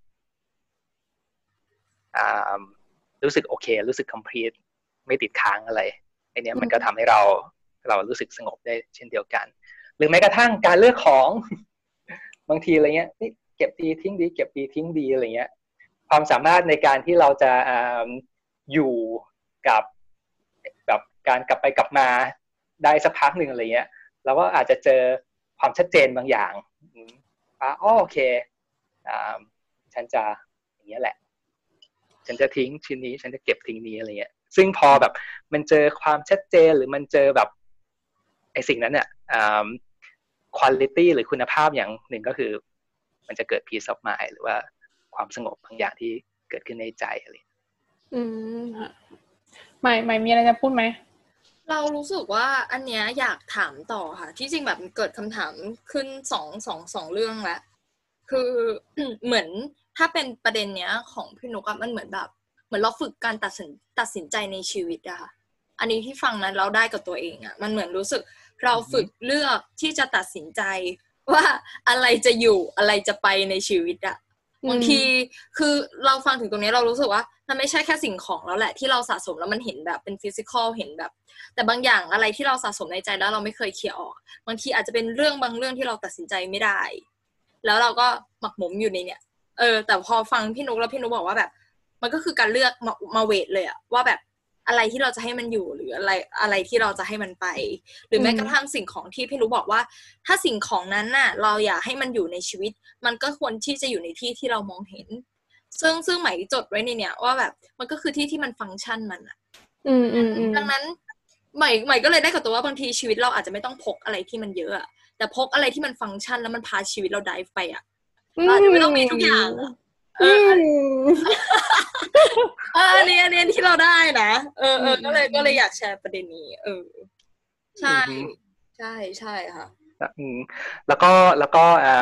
รู้สึกโอเครู้สึก complete ไม่ติดค้างอะไรไอ้นี้มันก็ทำให้เรารู้สึกสงบได้เช่นเดียวกันหรือแม้กระทั่งการเลือกของบางทีอะไรเงี้ยเก็บดีทิ้งดีเก็บดีทิ้งดีอะไรเงี้ยความสามารถในการที่เราจะอยู่กับแบบการกลับไปกลับมาได้สักพักหนึ่งอะไรเงี้ยเราก็อาจจะเจอความชัดเจนบางอย่างโอเคฉันจะอย่างเงี้ยแหละฉันจะทิ้งชิ้นนี้ฉันจะเก็บทิ้งนี้อะไรเงี้ยซึ่งพอแบบมันเจอความชัดเจนหรือมันเจอแบบไอ้สิ่งนั้นเนี่ยquality หรือคุณภาพอย่างหนึ่งก็คือมันจะเกิด peace of mind หรือว่าความสงบบางอย่างที่เกิดขึ้นในใจอะไรใหม่มีอะไรจะพูดไหมเรารู้สึกว่าอันเนี้ยอยากถามต่อค่ะที่จริงแบบเกิดคำถามขึ้นสองเรื่องแล้วคือ เหมือนถ้าเป็นประเด็นเนี้ยของพี่นุกมันเหมือนแบบเหมือนเราฝึกการตัดสินใจในชีวิตอะค่ะอันนี้ที่ฟังนั้นเราได้กับตัวเองอะมันเหมือนรู้สึกเราฝึกเลือกที่จะตัดสินใจว่าอะไรจะอยู่อะไรจะไปในชีวิตอะบางทีคือเราฟังถึงตรงนี้เรารู้สึกว่ามันไม่ใช่แค่สิ่งของแล้วแหละที่เราสะสมแล้วมันเห็นแบบเป็นฟิสิกอลเห็นแบบแต่บางอย่างอะไรที่เราสะสมในใจแล้วเราไม่เคยเคลียร์ออกบางทีอาจจะเป็นเรื่องบางเรื่องที่เราตัดสินใจไม่ได้แล้วเราก็หมักหมมอยู่ในเนี่ยแต่พอฟังพี่นุกแล้วพี่นุกบอกว่าแบบมันก็คือการเลือกมาเวทเลยอะว่าแบบอะไรที่เราจะให้มันอยู่หรืออะไรที่เราจะให้มันไปหรือแม้กระทั่งสิ่งของที่พี่นุกบอกว่าถ้าสิ่งของนั้นน่ะเราอยากให้มันอยู่ในชีวิตมันก็ควรที่จะอยู่ในที่ที่เรามองเห็นซึ่งหมายจดไว้ในเนี่ยว่าแบบมันก็คือที่ที่มันฟังก์ชันมันอ่ะดังนั้นหมายก็เลยได้กับตัวว่าบางทีชีวิตเราอาจจะไม่ต้องพกอะไรที่มันเยอะอะแต่พกอะไรที่มันฟังก์ชันแล้วมันพาชีวิตเราไดฟ์ไปอ่ะเราอาจจะไม่ต้องมีทุกอย่างอันนี้ที่เราได้นะก็เลยอยากแชร์ประเด็นนี้ใช่ค่ะแล้วก็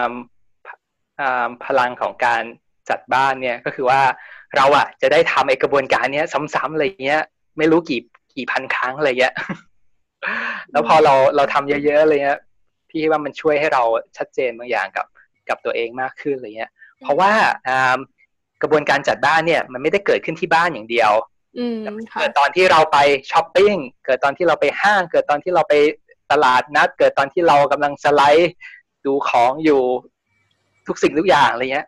พลังของการจัดบ้านเนี่ยก็คือว่าเราอ่ะจะได้ทำไอ้กระบวนการเนี้ยซ้ำๆอะไรเงี้ยไม่รู้กี่พันครั้งอะไรเงี้ยแล้วพอเราทำเยอะๆอะไรเงี้ยพี่ว่ามันช่วยให้เราชัดเจนบางอย่างกับตัวเองมากขึ้นอะไรเงี้ยเพราะว่ากระบวนการจัดบ้านเนี่ยมันไม่ได้เกิดขึ้นที่บ้านอย่างเดียวเกิดตอนที่เราไปช้อปปิ้งเกิดตอนที่เราไปห้างเกิดตอนที่เราไปตลาดนัดเกิดตอนที่เรากำลังสไลด์ดูของอยู่ทุกสิ่งทุกอย่างอะไรเงี้ย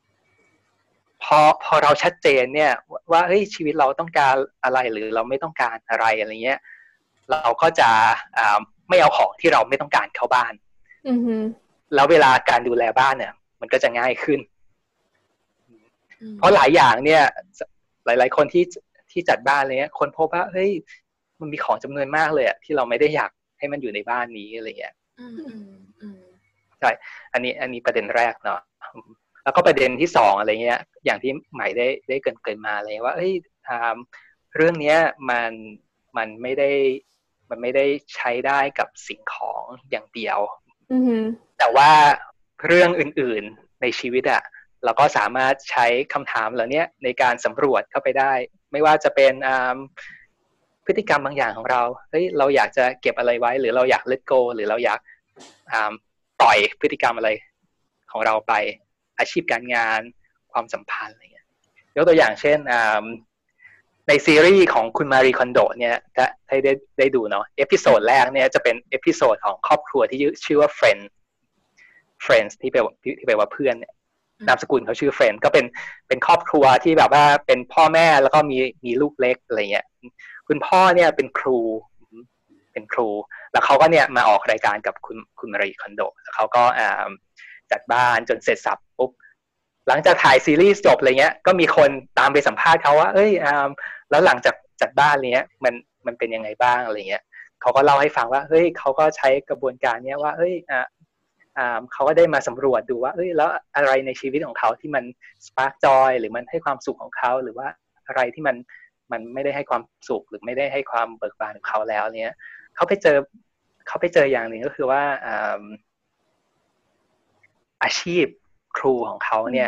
พอเราชัดเจนเนี่ยว่าเฮ้ยชีวิตเราต้องการอะไรหรือเราไม่ต้องการอะไรอะไรเงี้ยเราก็จะไม่เอาของที่เราไม่ต้องการเข้าบ้านแล้วเวลาการดูแลบ้านเนี่ยมันก็จะง่ายขึ้นเพราะหลายอย่างเนี่ยหลายๆคนที่จัดบ้านอะไรเงี้ยคนพบว่าเฮ้ยมันมีของจำนวนมากเลยอะที่เราไม่ได้อยากให้มันอยู่ในบ้านนี้อะไรเงี้ยใช่อันนี้ประเด็นแรกเนาะแล้วก็ประเด็นที่สองอะไรเงี้ยอย่างที่ใหม่ได้เกินมาเลยว่าเฮ้ยเรื่องเนี้ยมันไม่ได้ใช้ได้กับสิ่งของอย่างเดียวแต่ว่าเรื่องอื่นๆในชีวิตอะเราก็สามารถใช้คำถามเหล่านี้ในการสำรวจเข้าไปได้ไม่ว่าจะเป็นพฤติกรรมบางอย่างของเราเฮ้ยเราอยากจะเก็บอะไรไว้หรือเราอยาก let go หรือเราอยากปล่อยพฤติกรรมอะไรของเราไปอาชีพการงานความสัมพันธ์อะไรเงี้ยยกตัวอย่างเช่นในซีรีส์ของคุณมารีคอนโดเนี่ยถ้าได้ดูเนาะเอพิโซดแรกเนี่ยจะเป็นเอพิโซดของครอบครัวที่ชื่อว่า Friends ที่แปลว่าเพื่อนเนี่ยนามสกุลเขาชื่อ Friends ก็เป็นครอบครัวที่แบบว่าเป็นพ่อแม่แล้วก็มีลูกเล็กอะไรเงี้ยคุณพ่อเนี่ยเป็นครูแล้วเขาก็เนี่ยมาออกรายการกับคุณมารีคอนโดแล้วเขาก็จัดบ้านจนเสร็จสับปุ๊บหลังจากถ่ายซีรีส์จบอะไรเงี้ยก็มีคนตามไปสัมภาษณ์เขาว่าเอ้ยแล้วหลังจากจัดบ้านเนี้ยมันเป็นยังไงบ้างอะไรเงี้ยเขาก็เล่าให้ฟังว่าเฮ้ยเขาก็ใช้กระบวนการเนี้ยว่าเฮ้ยเขาก็ได้มาสำรวจดูว่าเอ้ยแล้วอะไรในชีวิตของเขาที่มันสปาร์กจอยหรือมันให้ความสุขของเขาหรือว่าอะไรที่มันไม่ได้ให้ความสุขหรือไม่ได้ให้ความเบิกบานของเขาแล้วเนี้ยเขาไปเจออย่างหนึ่งก็คือว่าอาชีพครูของเขาเนี่ย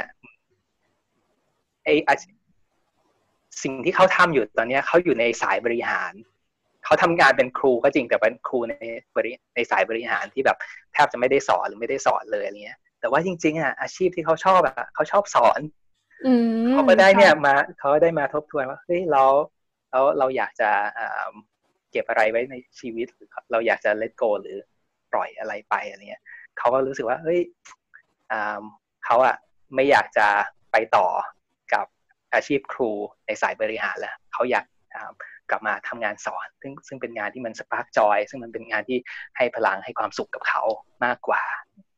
สิ่งที่เขาทำอยู่ตอนนี้เขาอยู่ในสายบริหารเขาทำงานเป็นครูก็จริงแต่เป็นครูในสายบริหารที่แบบแทบจะไม่ได้สอนหรือไม่ได้สอนเลยอะไรเงี้ยแต่ว่าจริงๆอาชีพที่เขาชอบเขาชอบสอนเขาก็ได้มาทบทวนว่าเฮ้ยเราอยากจะเก็บอะไรไว้ในชีวิตหรือเราอยากจะ let go หรือปล่อยอะไรไปอะไรเงี้ยเขาก็รู้สึกว่าเฮ้ยเขาไม่อยากจะไปต่อกับอาชีพครูในสายบริหารแล้วเขาอยากกลับมาทำงานสอนซึ่งเป็นงานที่มันสปาร์กจอยซึ่งมันเป็นงานที่ให้พลังให้ความสุขกับเขามากกว่า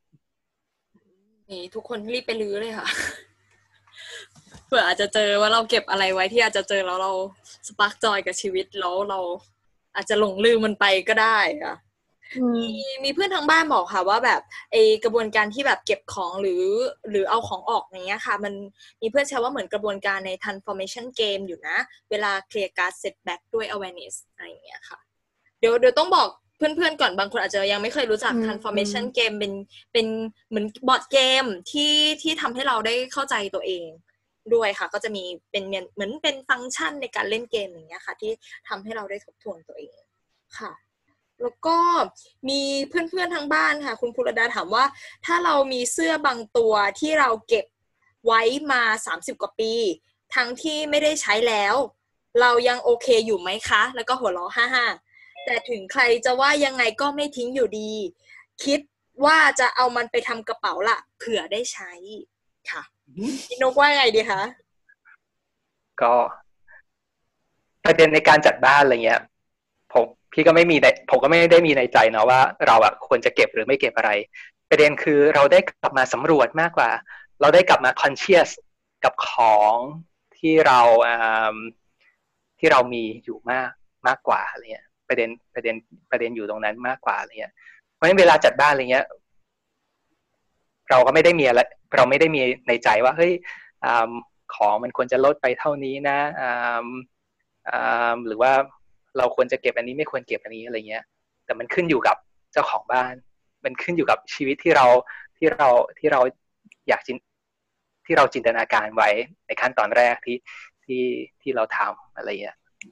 นี่ทุกคนรีบไปรื้อเลยค่ะเผื่ออาจจะเจอว่าเราเก็บอะไรไว้ที่อาจจะเจอแล้วเราสปาร์กจอยกับชีวิตแล้วเราอาจจะหลงลืมมันไปก็ได้ค่ะมีเพื่อนทางบ้านบอกค่ะว่าแบบกระบวนการที่แบบเก็บของหรือเอาของออกอย่างเงี้ยค่ะมันมีเพื่อนใช้ว่าเหมือนกระบวนการใน transformation game อยู่นะเวลา clear card setback ด้วย awareness อะไรอย่างเงี้ยค่ะเดี๋ยวต้องบอกเพื่อนๆก่อนบางคนอาจจะยังไม่เคยรู้จัก transformation game เป็นเหมือนบอร์ดเกมที่ทำให้เราได้เข้าใจตัวเองด้วยค่ะก็จะมีเป็นเหมือนเป็นฟังก์ชันในการเล่นเกมอย่างเงี้ยค่ะที่ทำให้เราได้ทบทวนตัวเองค่ะแล้วก็มีเพื่อนๆทางบ้านค่ะคุณภูรดาถามว่าถ้าเรามีเสื้อบางตัวที่เราเก็บไว้มา30กว่าปีทั้งที่ไม่ได้ใช้แล้วเรายังโอเคอยู่ไหมคะแล้วก็หัวเราะฮ่าๆแต่ถึงใครจะว่ายังไงก็ไม่ทิ้งอยู่ดีคิดว่าจะเอามันไปทำกระเป๋าละเผื่อได้ใช้ค่ะพี่นกว่าไงดีคะก็ประเด็นในการจัดบ้านอะไรเงี้ยผมก็ไม่ได้มีในใจเนาะว่าเราอะควรจะเก็บหรือไม่เก็บอะไรประเด็นคือเราได้กลับมาสำรวจมากกว่าเราได้กลับมา conscious กับของที่เรามีอยู่มากกว่าอะไรเงี้ยประเด็นอยู่ตรงนั้นมากกว่าอะไรเงี้ยเพราะฉะนั้นเวลาจัดบ้านอะไรเงี้ยเราก็ไม่ได้มีอะไรเราไม่ได้มีในใจว่าเฮ้ยของมันควรจะลดไปเท่านี้นะหรือว่าเราควรจะเก็บอันนี้ไม่ควรเก็บอันนี้อะไรเงี้ยแต่มันขึ้นอยู่กับเจ้าของบ้านมันขึ้นอยู่กับชีวิตที่เราอยากที่เราจินตนาการไว้ในขั้นตอนแรกที่เราทำอะไรเงี้ย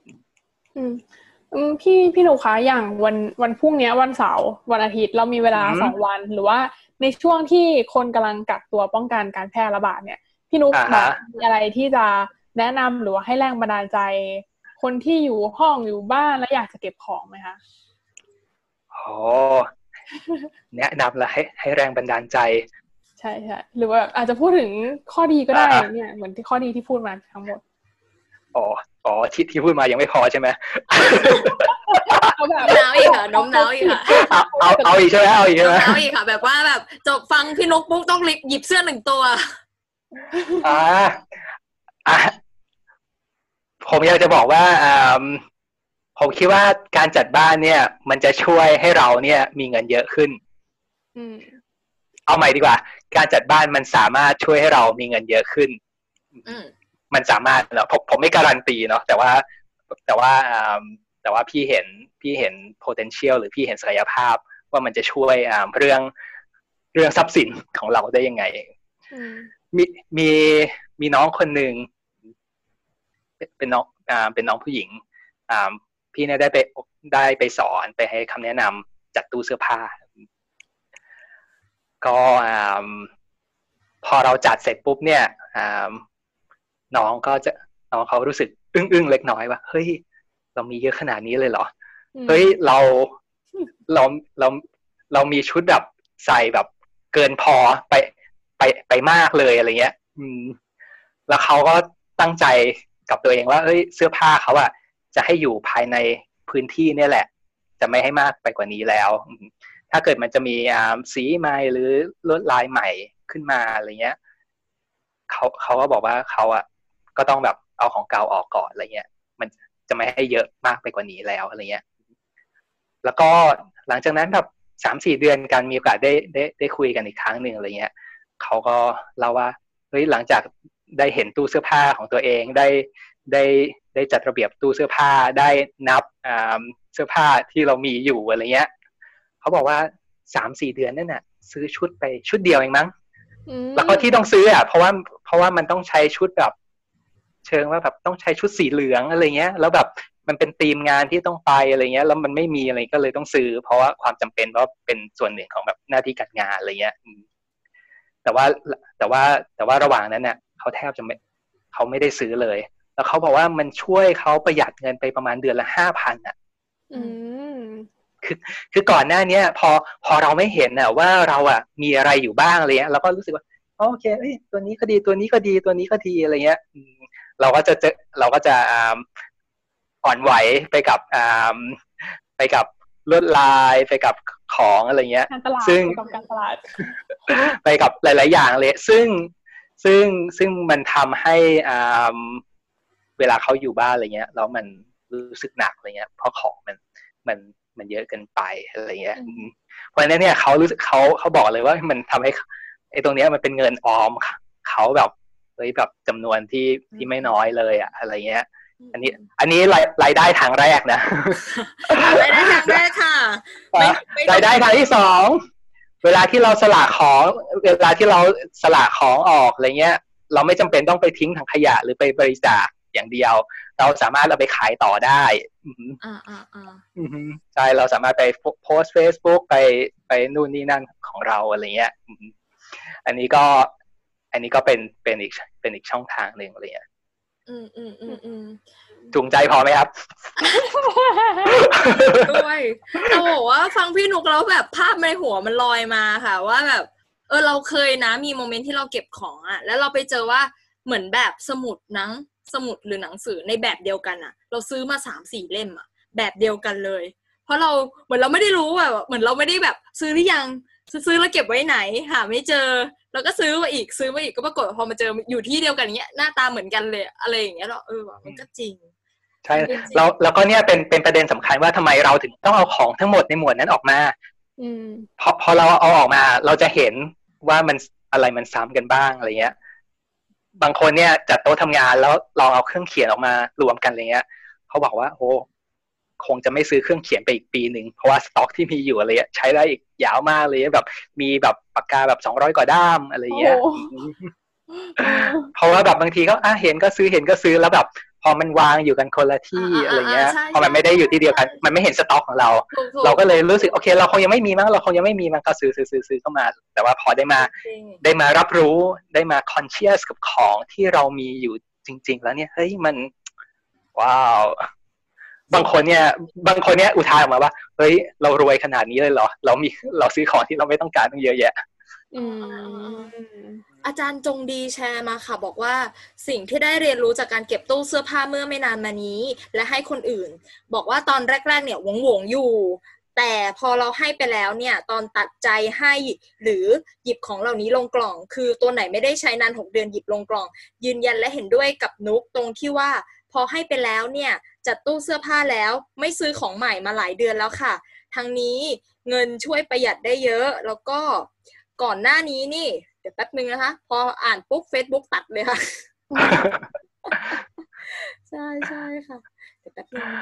พี่หนูคะอย่างวันพรุ่งนี้วันเสาร์วันอาทิตย์เรามีเวลา2 วันหรือว่าในช่วงที่คนกำลังกักตัวป้องกันการแพร่ระบาดเนี่ยพี่นุ๊กแบบมีอะไรที่จะแนะนำหรือว่าให้แรงบันดาลใจคนที่อยู่ห้องอยู่บ้านแล้วอยากจะเก็บของไหมคะแนะนำละให้แรงบันดาลใจใช่ใช่หรือว่าอาจจะพูดถึงข้อดีก็ได้เนี่ยเหมือนที่ข้อดีที่พูดมาทั้งหมดที่พูดมายังไม่พอใช่ไหมน้าวอีกค่ะน้มน้าวอีกค่ะเอาอีกใช่ไหมเอาอีกใช่ไหมน้าวอีกค่ะแบบว่าแบบจบฟังพี่นกปุ๊บต้องหยิบเสื้อ1 ตัวผมอยากจะบอกว่าผมคิดว่าการจัดบ้านเนี่ยมันจะช่วยให้เราเนี่ยมีเงินเยอะขึ้นเอาใหม่ดีกว่าการจัดบ้านมันสามารถช่วยให้เรามีเงินเยอะขึ้นมันสามารถเนาะผมไม่การันตีเนาะแต่ว่าพี่เห็น potential หรือพี่เห็นศักยภาพว่ามันจะช่วยเรื่องทรัพย์สินของเราได้ยังไงมีน้องคนหนึ่งเป็นน้องผู้หญิงพี่เนี่ยได้ไปสอนไปให้คำแนะนำจัดตู้เสื้อผ้าก็พอเราจัดเสร็จปุ๊บเนี่ยน้องเขารู้สึกอึ้งเล็กน้อยว่าเฮ้ยเรามีเยอะขนาดนี้เลยเหรอเฮ้ยเรามีชุดแบบใส่แบบเกินพอไปมากเลยอะไรเงี้ยแล้วเขาก็ตั้งใจกับตัวเองว่าเอ้ยเสื้อผ้าเขาอะจะให้อยู่ภายในพื้นที่เนี่ยแหละจะไม่ให้มากไปกว่านี้แล้วถ้าเกิดมันจะมีสีใหม่หรือลวดลายใหม่ขึ้นมาอะไรเงี้ยเขาก็บอกว่าเขาอะก็ต้องแบบเอาของเก่าออกก่อนอะไรเงี้ยมันจะไม่ให้เยอะมากไปกว่านี้แล้วอะไรเงี้ยแล้วก็หลังจากนั้นแบบ 3-4 เดือนกันมีโอกาสได้คุยกันอีกครั้งหนึ่งอะไรเงี้ยเขาก็เล่าว่าเฮ้ยหลังจากได้เห็นตู้เสื้อผ้าของตัวเองได้จัดระเบียบตู้เสื้อผ้าได้นับเสื้อผ้าที่เรามีอยู่อะไรเงี้ยเขาบอกว่า 3-4 เดือนนั่นน่ะซื้อชุดไปชุดเดียวเองมั้งแล้วก็ที่ต้องซื้ออ่ะเพราะว่ามันต้องใช้ชุดแบบเชิงว่าแบบต้องใช้ชุดสีเหลืองอะไรเงี้ยแล้วแบบมันเป็นธีมงานที่ต้องไปอะไรเงี้ยแล้วมันไม่มีอะไรก็เลยต้องซื้อเพราะว่าความจำเป็นเพราะเป็นส่วนหนึ่งของแบบหน้าที่การงานอะไรเงี้ยแต่ว่าระหว่างนั้นเนี่ยเขาแทบจะเขาไม่ได้ซื้อเลยแล้วเขาบอกว่ามันช่วยเขาประหยัดเงินไปประมาณเดือนละ 5,000 อ่ะคือก่อนหน้านี้พอเราไม่เห็นน่ะว่าเราอ่ะมีอะไรอยู่บ้างอะไรเงี้ยเราก็รู้สึกว่าโอเคตัวนี้ก็ดีตัวนี้ก็ดีตัวนี้ก็ดีอะไรเงี้ยเราก็จะอ่อนไหวไปกับลวดลายไปกับของอะไรเงี้ยซึ่งการตลาดไปกับหลายๆอย่างเลยซึ่งมันทำให้เวลาเขาอยู่บ้านอะไรเงี้ยแล้วมันรู้สึกหนักอะไรเงี้ยเพราะของมันเยอะเกินไปอะไรเงี้ยเพราะฉะนั้นเนี่ยเขารู้สึกเขาบอกเลยว่ามันทำให้ไอ้ตรงเนี้ยมันเป็นเงินออมเขาแบบแบบจำนวนที่ไม่น้อยเลยอะอะไรเงี้ยอันนี้รายได้ทางแรกนะรายได้ทางแรกค่ะรายได้ทางที่สองเวลาที่เราสละของออกอะไรเงี้ยเราไม่จำเป็นต้องไปทิ้งถังขยะหรือไปบริจาคอย่างเดียวเราสามารถเอาไปขายต่อได้ใช่เราสามารถไปโพสต์ Facebook ไปนู่นนี่นั่นของเราอะไรเงี้ยอันนี้ก็เป็นอีกช่องทางหนึ่งอะไรเงี้ยจูงใจพอไหมครับด้วยแต่บอกว่าฟังพี่นุกแล้วแบบภาพในหัวมันลอยมาค่ะว่าแบบเราเคยนะมีโมเมนต์ที่เราเก็บของอ่ะแล้วเราไปเจอว่าเหมือนแบบสมุดหรือหนังสือในแบบเดียวกันอ่ะเราซื้อมา 3-4 เล่มอ่ะแบบเดียวกันเลยเพราะเราเหมือนเราไม่ได้รู้แบบเหมือนเราไม่ได้แบบซื้อหรือยังซื้อแล้วเก็บไว้ไหนหาไม่เจอแล้วก็ซื้อมาอีกก็ปรากฏพอมาเจออยู่ที่เดียวกันอย่างเงี้ยหน้าตาเหมือนกันเลยอะไรอย่างเงี้ยเรามันก็จริงใช่แล้วก็เนี่ยเป็นประเด็นสำคัญว่าทำไมเราถึงต้องเอาของทั้งหมดในหมวดนั้นออกมาพอเราเอาออกมาเราจะเห็นว่ามันอะไรมันซ้ำกันบ้างอะไรเงี้ยบางคนเนี่ยจัดโต๊ะทำงานแล้วลองเอาเครื่องเขียนออกมารวมกันอะไรเงี้ยเขาบอกว่าโอ้คงจะไม่ซื้อเครื่องเขียนไปอีกปีนึงเพราะว่าสต็อกที่มีอยู่อะไรเงี้ยใช้ได้อีกยาวมากเลยแบบมีแบบปากกาแบบ200 กว่าด้ามอะไรเงี้ยเพราะว่าแบบบางทีก็เห็นก็ซื้อแล้วแบบพอมันวางอยู่กันคนละที่อะไรเงี้ยพอมันไม่ได้อยู่ที่เดียวกันมันไม่เห็นสต็อกของเราก็เลยรู้สึกโอเคเราคงยังไม่มีมั้งก็ซื้อเข้ามาแต่ว่าพอได้มารับรู้ได้มา conscious กับของที่เรามีอยู่จริงๆแล้วเนี่ยเฮ้ยมันว้าวบางคนเนี่ยอุทานออกมาว่าเฮ้ยเรารวยขนาดนี้เลยเหรอเราซื้อของที่เราไม่ต้องการตั้งเยอะแยะอาจารย์จงดีแชร์มาค่ะบอกว่าสิ่งที่ได้เรียนรู้จากการเก็บตู้เสื้อผ้าเมื่อไม่นานมานี้และให้คนอื่นบอกว่าตอนแรกๆเนี่ยหวงอยู่แต่พอเราให้ไปแล้วเนี่ยตอนตัดใจให้หรือหยิบของเหล่านี้ลงกล่องคือตัวไหนไม่ได้ใช้นาน6 เดือนหยิบลงกล่องยืนยันและเห็นด้วยกับนุกตรงที่ว่าพอให้ไปแล้วเนี่ยจัดตู้เสื้อผ้าแล้วไม่ซื้อของใหม่มาหลายเดือนแล้วค่ะทั้งนี้เงินช่วยประหยัดได้เยอะแล้วก็ก่อนหน้านี้นี่เดี๋ยวแป๊บนึงนะคะพออ่านปุ๊บ Facebook ตัดเลยค่ะ ใช่ค่ะเดี๋ยวแป๊บนึง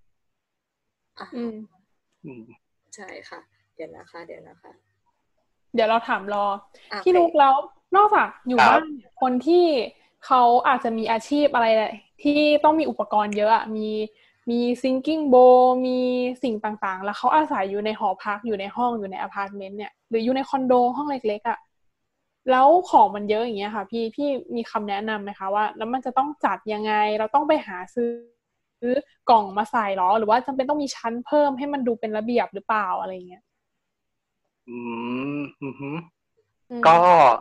ใช่ค่ะเดี๋ยวนะคะเดี๋ยวเราถามรอพี่นุกแล้วนอกจากอยู่บ้านคนที่เขาอาจจะมีอาชีพอะไรที่ต้องมีอุปกรณ์เยอะอ่ะมีซิงกิ้งโบว์มีสิ่งต่างๆแล้วเขาอาศัยอยู่ในหอพักอยู่ในห้องอยู่ในอพาร์ตเมนต์เนี่ยหรืออยู่ในคอนโดห้องเล็กๆอ่ะแล้วของมันเยอะอย่างเงี้ยค่ะพี่มีคำแนะนำไหมคะว่าแล้วมันจะต้องจัดยังไงเราต้องไปหาซื้อกล่องมาใส่หรอหรือว่าจำเป็นต้องมีชั้นเพิ่มให้มันดูเป็นระเบียบหรือเปล่าอะไรเงี้ยก็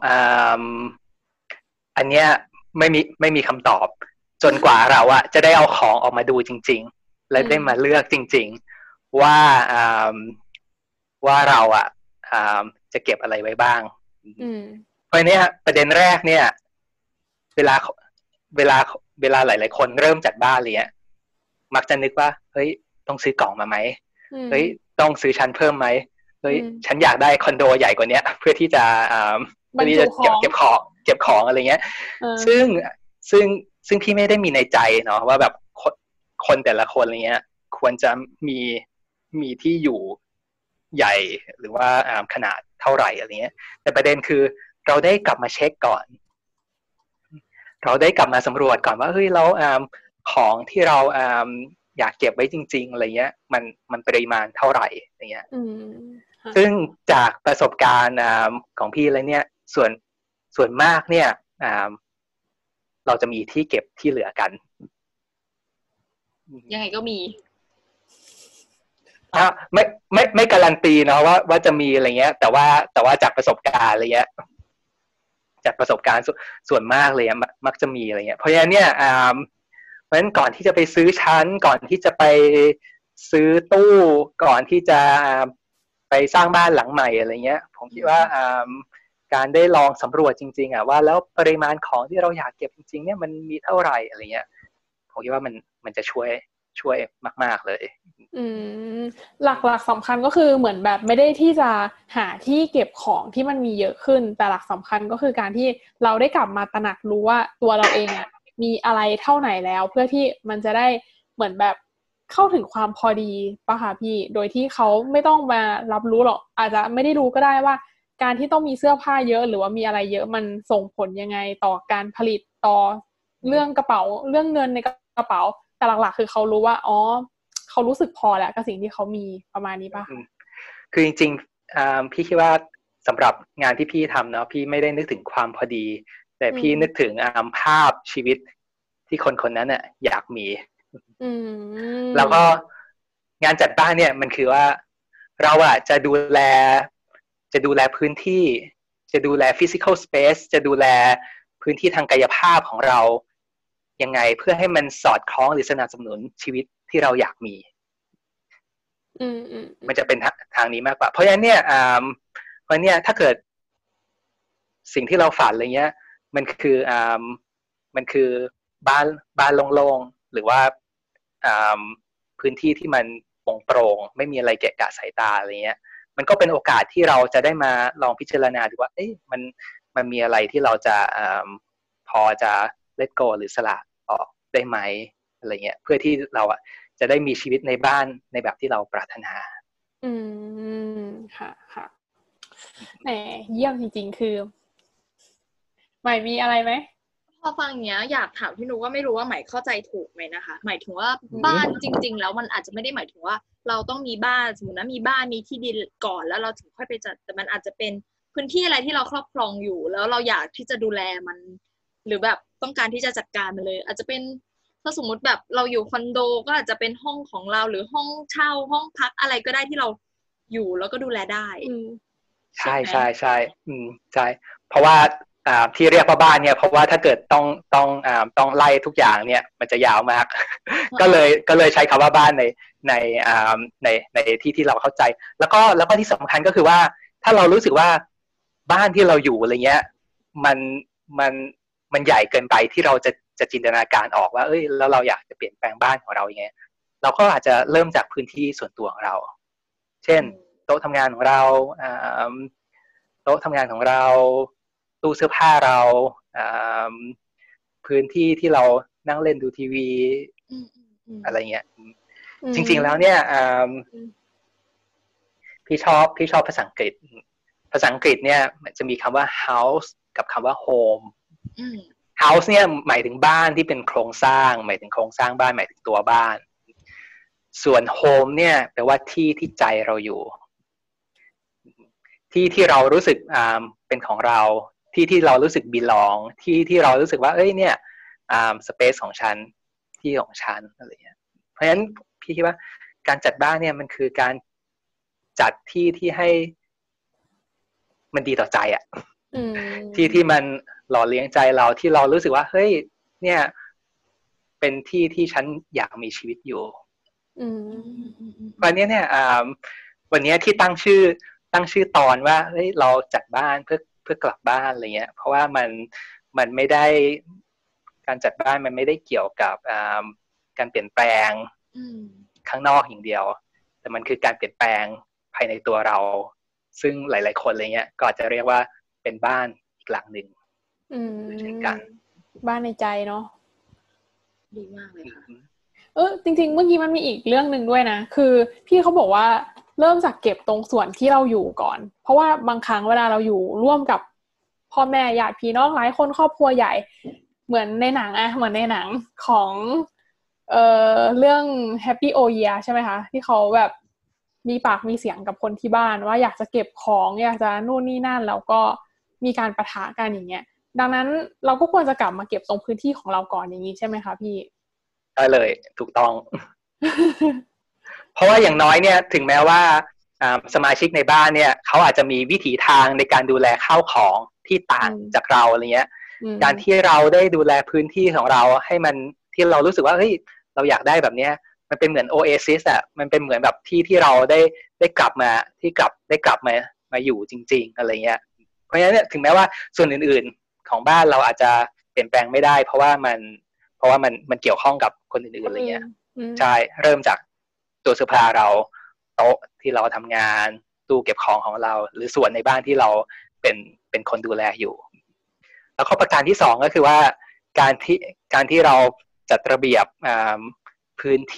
อันเนี้ยไม่มีคำตอบจนกว่าเราอะจะได้เอาของออกมาดูจริงๆและได้มาเลือกจริงๆว่าเราอะจะเก็บอะไรไว้บ้างเพราะเนี้ยประเด็นแรกเนี่ยเวลาหลายๆคนเริ่มจัดบ้านเลยเนี่ยมักจะนึกว่าเฮ้ยต้องซื้อกล่องมาไหมเฮ้ยต้องซื้อชั้นเพิ่มไหมเฮ้ยฉันอยากได้คอนโดใหญ่กว่านี้เพื่อที่จะเก็บของอะไรเงี้ยซึ่งพี่ไม่ได้มีในใจเนาะว่าแบบคนแต่ละคนอะไรเงี้ยควรจะมีที่อยู่ใหญ่หรือว่าขนาดเท่าไหร่อะไรเงี้ยแต่ประเด็นคือเราได้กลับมาเช็คก่อนเราได้กลับมาสำรวจก่อนว่าเฮ้ยเราของที่เราอยากเก็บไว้จริงๆอะไรเงี้ยมันปริมาณเท่าไหร่อะไรเงี้ยซึ่งจากประสบการณ์ของพี่เลยเนี่ยส่วนมากเนี่ยเราจะมีที่เก็บที่เหลือกันยังไงก็มีไม่การันตีเนาะว่าจะมีอะไรเงี้ยแต่ว่าจากประสบการณ์อะไรเงี้ยจากประสบการณ์ส่วนมากเลยมักจะมีอะไรเงี้ยเพราะฉะนั้นเนี่ยเพราะฉะนั้นก่อนที่จะไปซื้อชั้นก่อนที่จะไปซื้อตู้ก่อนที่จะไปสร้างบ้านหลังใหม่อะไรเงี้ยผมคิดว่าการได้ลองสำรวจจริงๆว่าแล้วปริมาณของที่เราอยากเก็บจริงๆเนี่ยมันมีเท่าไหร่อะไรเงี้ยผมคิดว่ามันจะช่วยมากๆเลยหลักๆสำคัญก็คือเหมือนแบบไม่ได้ที่จะหาที่เก็บของที่มันมีเยอะขึ้นแต่หลักสำคัญก็คือการที่เราได้กลับมาตระหนักรู้ว่าตัวเราเองอ่ะมีอะไรเท่าไหนแล้วเพื่อที่มันจะได้เหมือนแบบเข้าถึงความพอดีป่ะคะพี่โดยที่เขาไม่ต้องมารับรู้หรอกอาจจะไม่ได้รู้ก็ได้ว่าการที่ต้องมีเสื้อผ้าเยอะหรือว่ามีอะไรเยอะมันส่งผลยังไงต่อการผลิตต่อเรื่องกระเป๋าเรื่องเงินในกระเป๋าแต่หลักๆคือเขารู้ว่าอ๋อเขารู้สึกพอแล้วกับสิ่งที่เขามีประมาณนี้ป่ะคือจริงๆพี่คิดว่าสำหรับงานที่พี่ทำเนาะพี่ไม่ได้นึกถึงความพอดีแต่พี่นึกถึงภาพชีวิตที่คนนั้นน่ะอยากมีแล้วก็งานจัดบ้านเนี่ยมันคือว่าเราอ่ะจะดูแลพื้นที่จะดูแล physical space จะดูแลพื้นที่ทางกายภาพของเรายังไงเพื่อให้มันสอดคล้องหรือสนับสนุนชีวิตที่เราอยากมีมันจะเป็นทางนี้มากกว่าเพราะฉะนั้นเนี่ยวันเนี้ยถ้าเกิดสิ่งที่เราฝันอะไรเงี้ยมันคือบ้านโล่งๆหรือว่าพื้นที่ที่มันโปร่งไม่มีอะไรเกะกะสายตาอะไรเงี้ยมันก็เป็นโอกาสที่เราจะได้มาลองพิจารณาดูว่าเอ๊ะมันมีอะไรที่เราจะพอจะlet goหรือสละออกได้ไหมอะไรเงี้ยเพื่อที่เราอ่ะจะได้มีชีวิตในบ้านในแบบที่เราปรารถนาค่ะแหมเยี่ยมจริงๆคือใหม่มีอะไรไหมพอฟังอย่างเงี้ยอยากถามพี่นุ๊กว่าไม่รู้ว่าใหม่เข้าใจถูกไหมนะคะหมายถึงว่าบ้านจริงๆแล้วมันอาจจะไม่ได้หมายถึงว่าเราต้องมีบ้านสมมตินะมีบ้านมีที่ดินก่อนแล้วเราถึงค่อยไปจัดแต่มันอาจจะเป็นพื้นที่อะไรที่เราครอบครองอยู่แล้วเราอยากที่จะดูแลมันหรือแบบต้องการที่จะจัดการมันเลยอาจจะเป็นถ้าสมมติแบบเราอยู่คอนโดก็อาจจะเป็นห้องของเราหรือห้องเช่าห้องพักอะไรก็ได้ที่เราอยู่แล้วก็ดูแลได้ใช่ใช่เพราะว่าที่เรียกว่าบ้านเนี่ยเพราะว่าถ้าเกิดต้องไล่ทุกอย่างเนี่ยมันจะยาวมาก ก็เลยใช้คำว่าบ้านในที่เราเข้าใจแล้วก็ที่สำคัญก็คือว่าถ้าเรารู้สึกว่าบ้านที่เราอยู่อะไรเงี้ยมันใหญ่เกินไปที่เราจะจินตนาการออกว่าเอ้ยแล้วเราอยากจะเปลี่ยนแปลงบ้านของเราอย่างเงี้ยเราก็อาจจะเริ่มจากพื้นที่ส่วนตัวของเราเช่นโต๊ะทำงานของเราโต๊ะทำงานของเราตู้เสื้อผ้าเราพื้นที่ที่เรานั่งเล่นดูทีวีอะไรเงี้ยจริงๆแล้วเนี่ยพี่ชอบภาษาอังกฤษเนี่ยมันจะมีคำว่า house กับคำว่า home house เนี่ยหมายถึงบ้านที่เป็นโครงสร้างหมายถึงโครงสร้างบ้านหมายถึงตัวบ้านส่วน home เนี่ยแปลว่าที่ที่ใจเราอยู่ที่เรารู้สึกเป็นของเราที่เรารู้สึก belong ที่เรารู้สึกว่าเอ้ยเนี่ยspace ของฉันที่ของฉันอะไรเงี้ยเพราะฉะนั้นพี่คิดว่าการจัดบ้านเนี่ยมันคือการจัดที่ให้มันดีต่อใจอ่ะที่มันหล่อเลี้ยงใจเราที่เรารู้สึกว่าเฮ้ยเนี่ยเป็นที่ฉันอยากมีชีวิตอยู่วันนี้เนี่ยวันนี้ที่ตั้งชื่อตอนว่าเฮ้ยเราจัดบ้านเพื่อกลับบ้านอะไรเงี้ยเพราะว่ามันไม่ได้การจัดบ้านมันไม่ได้เกี่ยวกับการเปลี่ยนแปลงข้างนอกอย่างเดียวแต่มันคือการเปลี่ยนแปลงภายในตัวเราซึ่งหลายๆคนอะไรเงี้ยก็อาจจะเรียกว่าเป็นบ้านอีกหลังหนึ่งเช่นกันบ้านในใจเนาะดีมากเลยค่ะจริงๆเมื่อกี้มันมีอีกเรื่องนึงด้วยนะคือพี่เขาบอกว่าเริ่มจากเก็บตรงส่วนที่เราอยู่ก่อนเพราะว่าบางครั้งเวลาเราอยู่ร่วมกับพ่อแม่ญาติพี่น้องหลายคนครอบครัวใหญ่เหมือนในหนังเหมือนในหนังของเรื่อง Happy Oh Yeah ใช่ไหมคะที่เขาแบบมีปากมีเสียงกับคนที่บ้านว่าอยากจะเก็บของอยากจะนู่นนี่นั่นแล้วก็มีการปะทะกันอย่างเงี้ยดังนั้นเราก็ควรจะกลับมาเก็บตรงพื้นที่ของเราก่อนอย่างนี้ใช่ไหมคะพี่ได้เลยถูกต้อง เพราะว่าอย่างน้อยเนี่ยถึงแม้ว่าสมาชิกในบ้านเนี่ยเขาอาจจะมีวิถีทางในการดูแลข้าวของที่ต่างจากเราอะไรเงี้ยการที่เราได้ดูแลพื้นที่ของเราให้มันที่เรารู้สึกว่าเฮ้ยเราอยากได้แบบเนี้ยมันเป็นเหมือนโอเอซิสอ่ะมันเป็นเหมือนแบบที่เราได้กลับมาที่ได้กลับมาอยู่จริงๆอะไรเงี้ยเพราะฉะนั้นเนี่ยถึงแม้ว่าส่วนอื่นๆของบ้านเราอาจจะเปลี่ยนแปลงไม่ได้เพราะว่ามันเกี่ยวข้องกับคนอื่นๆอะไรเงี้ยใช่เริ่มจากตัวเสื้อผ้าเราโต๊ะที่เราทำงานตู้เก็บของเราหรือส่วนในบ้านที่เราเป็นคนดูแลอยู่แล้วข้อประการที่2ก็คือว่าการที่เราจัดระเบียบพื้น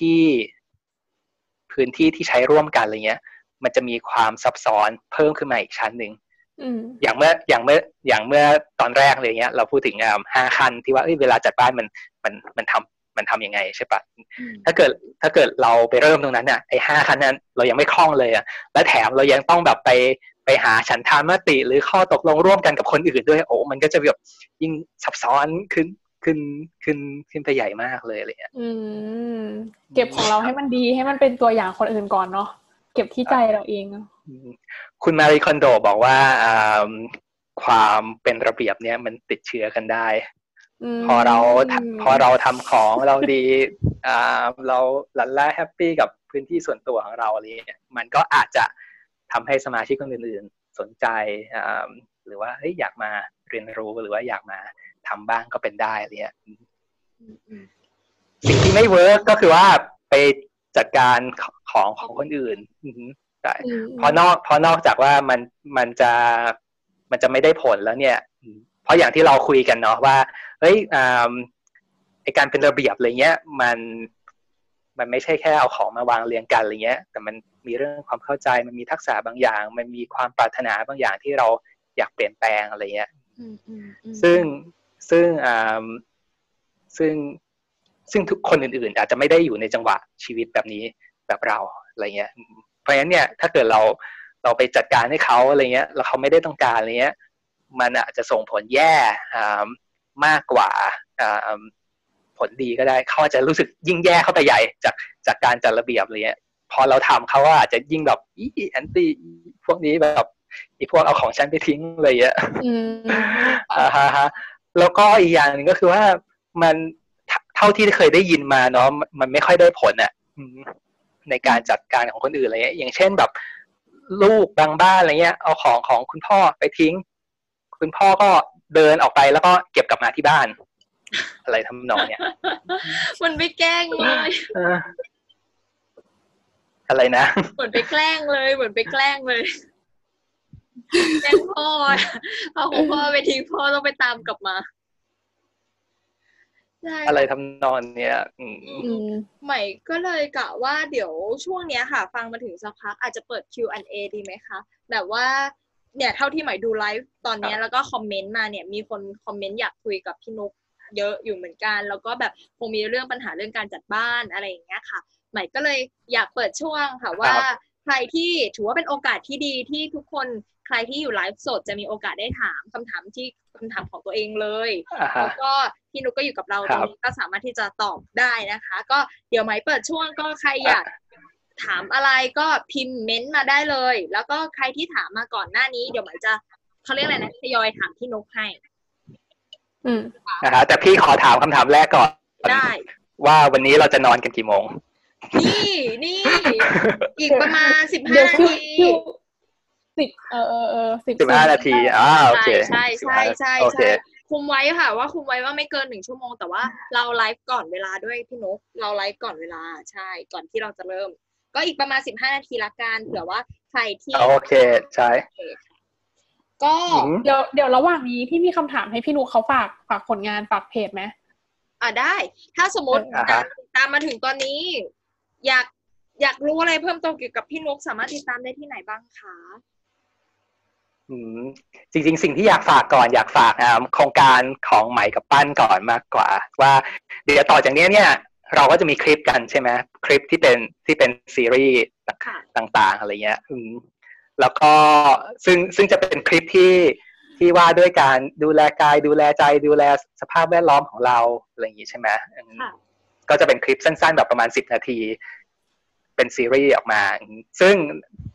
ที่ที่ใช้ร่วมกันอะไรเงี้ยมันจะมีความซับซ้อนเพิ่มขึ้นมาอีกชั้นหนึ่งอย่างเมื่อตอนแรกเลยเงี้ยเราพูดถึง5 ขั้นที่ว่าเวลาจัดบ้านมันทำยังไงใช่ปะถ้าเกิดเราไปเริ่มตรงนั้นไอ้5 ขั้นนั้นเรายังไม่คล่องเลยและแถมเรายังต้องแบบไปหาฉันทามติหรือข้อตกลงร่วมกันกับคนอื่นด้วยโอ้มันก็จะแบบยิ่งซับซ้อนขึ้นไปใหญ่มากเลยอะไรเงี้ยเก็บของเราให้มันดีให้มันเป็นตัวอย่างคนอื่นก่อนเนาะเก็บที่ใจเราเองคุณมารีคอนโดบอกว่าความเป็นระเบียบเนี่ยมันติดเชื้อกันได้พอเราทำของเราดีเราลันล่าแฮปปี้กับพื้นที่ส่วนตัวของเราอะไรเงี้ยมันก็อาจจะทำให้สมาชิกคนอื่นๆสนใจหรือว่าอยากมาเรียนรู้หรือว่าอยากมาทำบ้างก็เป็นได้อะไรเงี้ยสิ่งที่ไม่เวิร์กก็คือว่าไปจัดการของคนอื่นใช่พอนอกจากว่ามันจะไม่ได้ผลแล้วเนี่ยเพราะอย่างที่เราคุยกันเนาะว่าไอการเป็นระเบียบอะไรเงี้ยมันไม่ใช่แค่เอาของมาวางเรียงกันอะไรเงี้ยแต่มันมีเรื่องความเข้าใจมันมีทักษะบางอย่างมันมีความปรารถนาบางอย่างที่เราอยากเปลี่ยนแปลงอะไรเงี้ยซึ่งทุกคนอื่นๆอาจจะไม่ได้อยู่ในจังหวะชีวิตแบบนี้แบบเราอะไรเงี้ยเพราะฉะนั้นเนี่ยถ้าเกิดเราไปจัดการให้เขาอะไรเงี้ยแล้วเขาไม่ได้ต้องการอะไรเงี้ยมันอาจจะส่งผลแย่มากกว่าผลดีก็ได้เขาอาจจะรู้สึกยิ่งแย่เข้าไปใหญ่จากการจัดระเบียบอะไรเงี้ยพอเราทำเขาว่าอาจจะยิ่งแบบแอนตี้พวกนี้แบบพวกเอาของฉันไปทิ้งอะไรเงี้ยแล้วก็อีกอย่างนึงก็คือว่ามันเท่าที่เคยได้ยินมาเนาะมันไม่ค่อยได้ผลในการจัดการของคนอื่นอะไรเงี้ยอย่างเช่นแบบลูกบางบ้านอะไรเงี้ยเอาของคุณพ่อไปทิ้งคุณพ่อก็เดินออกไปแล้วก็เก็บกลับมาที่บ้านอะไรทำนองเนี้ยมันไปแกล้งเลยอะไรนะเหมือนไปแกล้งเลยแกล้งพ่อเอาของพ่อไปทิ้งพ่อต้องไปตามกลับมาอะไรทำนองเนี้ยใหม่ก็เลยกะว่าเดี๋ยวช่วงเนี้ยค่ะฟังมาถึงสักพักอาจจะเปิด Q&A ดีไหมคะแบบว่าเนี่ยเท่าที่ใหม่ดูไลฟ์ตอนนี้แล้วก็คอมเมนต์มาเนี่ยมีคนคอมเมนต์อยากคุยกับพี่นุ๊กเยอะอยู่เหมือนกันแล้วก็แบบคงมีเรื่องปัญหาเรื่องการจัดบ้านอะไรอย่างเงี้ยค่ะใหม่ก็เลยอยากเปิดช่วงค่ะว่าใครที่ถือว่าเป็นโอกาสที่ดีที่ทุกคนใครที่อยู่ไลฟ์สดจะมีโอกาสได้ถามคำถามของตัวเองเลยแล้วก็พี่นุ๊กก็อยู่กับเราตรงนี้ก็สามารถที่จะตอบได้นะคะก็เดี๋ยวใหม่เปิดช่วงก็ใครอยากถามอะไรก็พิมพ์เม้นต์มาได้เลยแล้วก็ใครที่ถามมาก่อนหน้านี้เดี๋ยวใหม่จะเขาเรียกอะไรนะทยอยถามพี่นุ๊กให้แต่พี่ขอถามคำถามแรกก่อนได้ว่าวันนี้เราจะนอนกันกี่โมงนี่อีกประมาณ15 นาที 15 นาทีโอเคใช่คุมไว้ค่ะว่าคุมไว้ว่าไม่เกิน1 ชั่วโมงแต่ว่าเราไลฟ์ก่อนเวลาด้วยพี่นุ๊กเราไลฟ์ก่อนเวลาใช่ก่อนที่เราจะเริ่มก็อีกประมาณ15 นาทีละกันเผื่อว่าใครที่โอเคใช่ก็เดี๋ยวระหว่างนี้พี่มีคำถามให้พี่นุ๊กเขาฝากผลงานฝากเพจไหมได้ถ้าสมมติตามมาถึงตอนนี้อยากรู้อะไรเพิ่มเติมเกี่ยวกับพี่นุ๊กสามารถติดตามได้ที่ไหนบ้างคะจริงๆสิ่งที่อยากฝากโครงการของใหม่กับปั้นก่อนมากกว่าว่าเดี๋ยวต่อจากนี้เนี่ยเราก็จะมีคลิปกันใช่ไหมคลิปที่เป็นซีรีส์ต่างๆอะไรเงี้ยแล้วก็ซึ่งจะเป็นคลิปที่ว่าด้วยการดูแลกายดูแลใจดูแลสภาพแวดล้อมของเราอะไรอย่างงี้ใช่ไหมก็จะเป็นคลิปสั้นๆแบบประมาณ10 นาทีเป็นซีรีส์ออกมา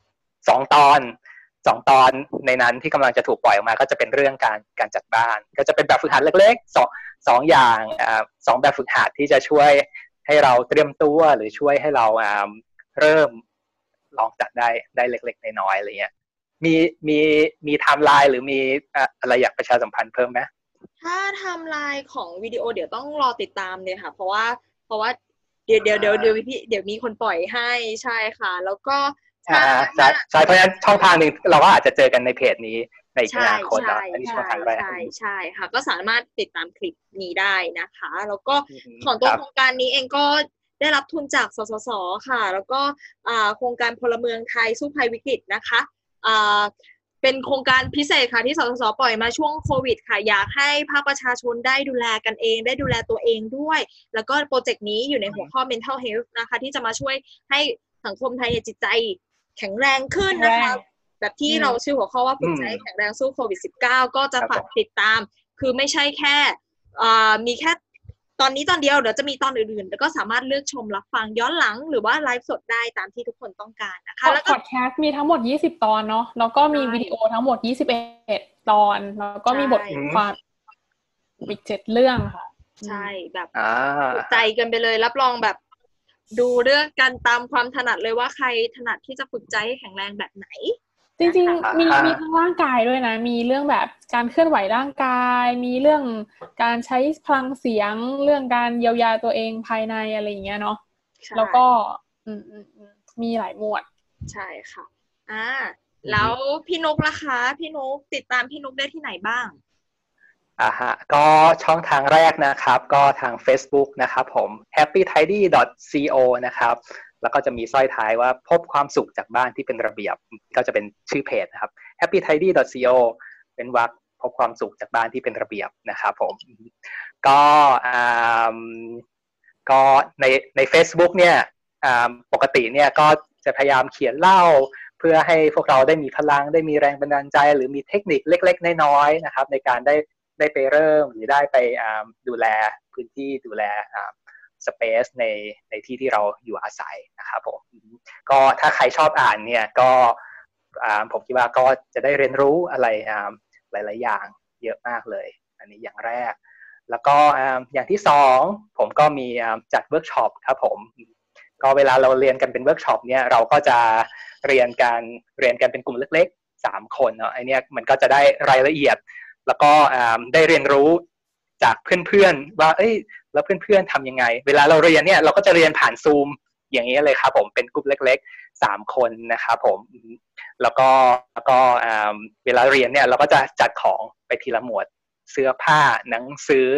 2 ตอนในนั้นที่กำลังจะถูกปล่อยออกมาก็จะเป็นเรื่องการจัดบ้านก็จะเป็นแบบฝึกหัดเล็กๆ2อย่าง2แบบฝึกหัดที่จะช่วยให้เราเตรียมตัวหรือช่วยให้เราเริ่มลองจัดได้เล็กๆน้อยๆอะไรเงี้ยมีไทม์ไลน์หรือมีอะไรอยากประชาสัมพันธ์เพิ่มไหมถ้าไทม์ไลน์ของวิดีโอเดี๋ยวต้องรอติดตามเลยค่ะเพราะว่าเดี๋ยวมีคนปล่อยให้ใช่ค่ะแล้วก็ใช่เพราะฉะนั้นช่องทางนึงเราก็อาจจะเจอกันในเพจนี้ในอนาคตอันนี้ช่องทางแรกใช่ค่ะก็สามารถติดตามคลิปนี้ได้นะคะแล้วก็ของตัวโครงการนี้เองก็ได้รับทุนจากสสส.ค่ะแล้วก็โครงการพลเมืองไทยสู้ภัยวิกฤตนะคะเป็นโครงการพิเศษค่ะที่สสส.ปล่อยมาช่วงโควิดค่ะอยากให้ภาคประชาชนได้ดูแลกันเองได้ดูแลตัวเองด้วยแล้วก็โปรเจกต์นี้อยู่ในหัวข้อ mental health นะคะที่จะมาช่วยให้สังคมไทยจิตใจแข็งแรงขึ้นนะคะแบบที่เราชื่อหัวข้อว่าฝึกใจแข็งแรงสู้โควิด -19 ก็จะฝากติดตามคือไม่ใช่แค่มีแค่ตอนนี้ตอนเดียวเดี๋ยวจะมีตอนอื่นๆแล้วก็สามารถเลือกชมรับฟังย้อนหลังหรือว่าไลฟ์สดได้ตามที่ทุกคนต้องการนะคะแล้วก็พอดแคสต์มีทั้งหมด20ตอนเนาะแล้วก็มีวิดีโอทั้งหมด21ตอนแล้วก็มีบทความอีก7เรื่องค่ะใช่แบบใจกันไปเลยรับรองแบบดูเรื่องกันตามความถนัดเลยว่าใครถนัดที่จะฝึกใจให้แข็งแรงแบบไหนจริงๆมีทั้งร่างกายด้วยนะมีเรื่องแบบการเคลื่อนไหวร่างกายมีเรื่องการใช้พลังเสียงเรื่องการเยียวยาตัวเองภายในอะไรอย่างเงี้ยเนาะแล้วก็มีหลายหมวดใช่ค่ะแล้วพี่นุ๊กล่ะคะพี่นุ๊กติดตามพี่นุ๊กได้ที่ไหนบ้างก็ช่องทางแรกนะครับก็ทาง Facebook นะครับผม happytidy.co นะครับแล้วก็จะมีสร้อยท้ายว่าพบความสุขจากบ้านที่เป็นระเบียบก็จะเป็นชื่อเพจนะครับ happytidy.co เป็นวรรคพบความสุขจากบ้านที่เป็นระเบียบนะครับผมก็ใน Facebook เนี่ยปกติเนี่ยก็จะพยายามเขียนเล่าเพื่อให้พวกเราได้มีพลังได้มีแรงบันดาลใจหรือมีเทคนิคเล็กๆน้อยๆนะครับในการได้ไปเริ่มหรือได้ไปดูแลพื้นที่ดูแลspace ในที่เราอยู่อาศัยนะครับผมก็ถ้าใครชอบอ่านเนี่ยก็ผมคิดว่าก็จะได้เรียนรู้อะไรหลายๆอย่างเยอะมากเลยอันนี้อย่างแรกแล้วก็อย่างที่2ผมก็มีจัดเวิร์กช็อปครับผมก็เวลาเราเรียนกันเป็นเวิร์กช็อปเนี่ยเราก็จะเรียนกันเป็นกลุ่มเล็กๆ3คนเนาะไอเนี้ยมันก็จะได้รายละเอียดแล้วก็ได้เรียนรู้จากเพื่อนๆว่าแล้วเพื่อนๆทำยังไงเวลาเราเรียนเนี่ยเราก็จะเรียนผ่านซูมอย่างนี้เลยครับผมเป็นกลุ่มเล็กๆ3คนนะครับผมแล้วก็เวลาเรียนเนี่ยเราก็จะจัดของไปทีละหมวดเสื้อผ้าหนังสือ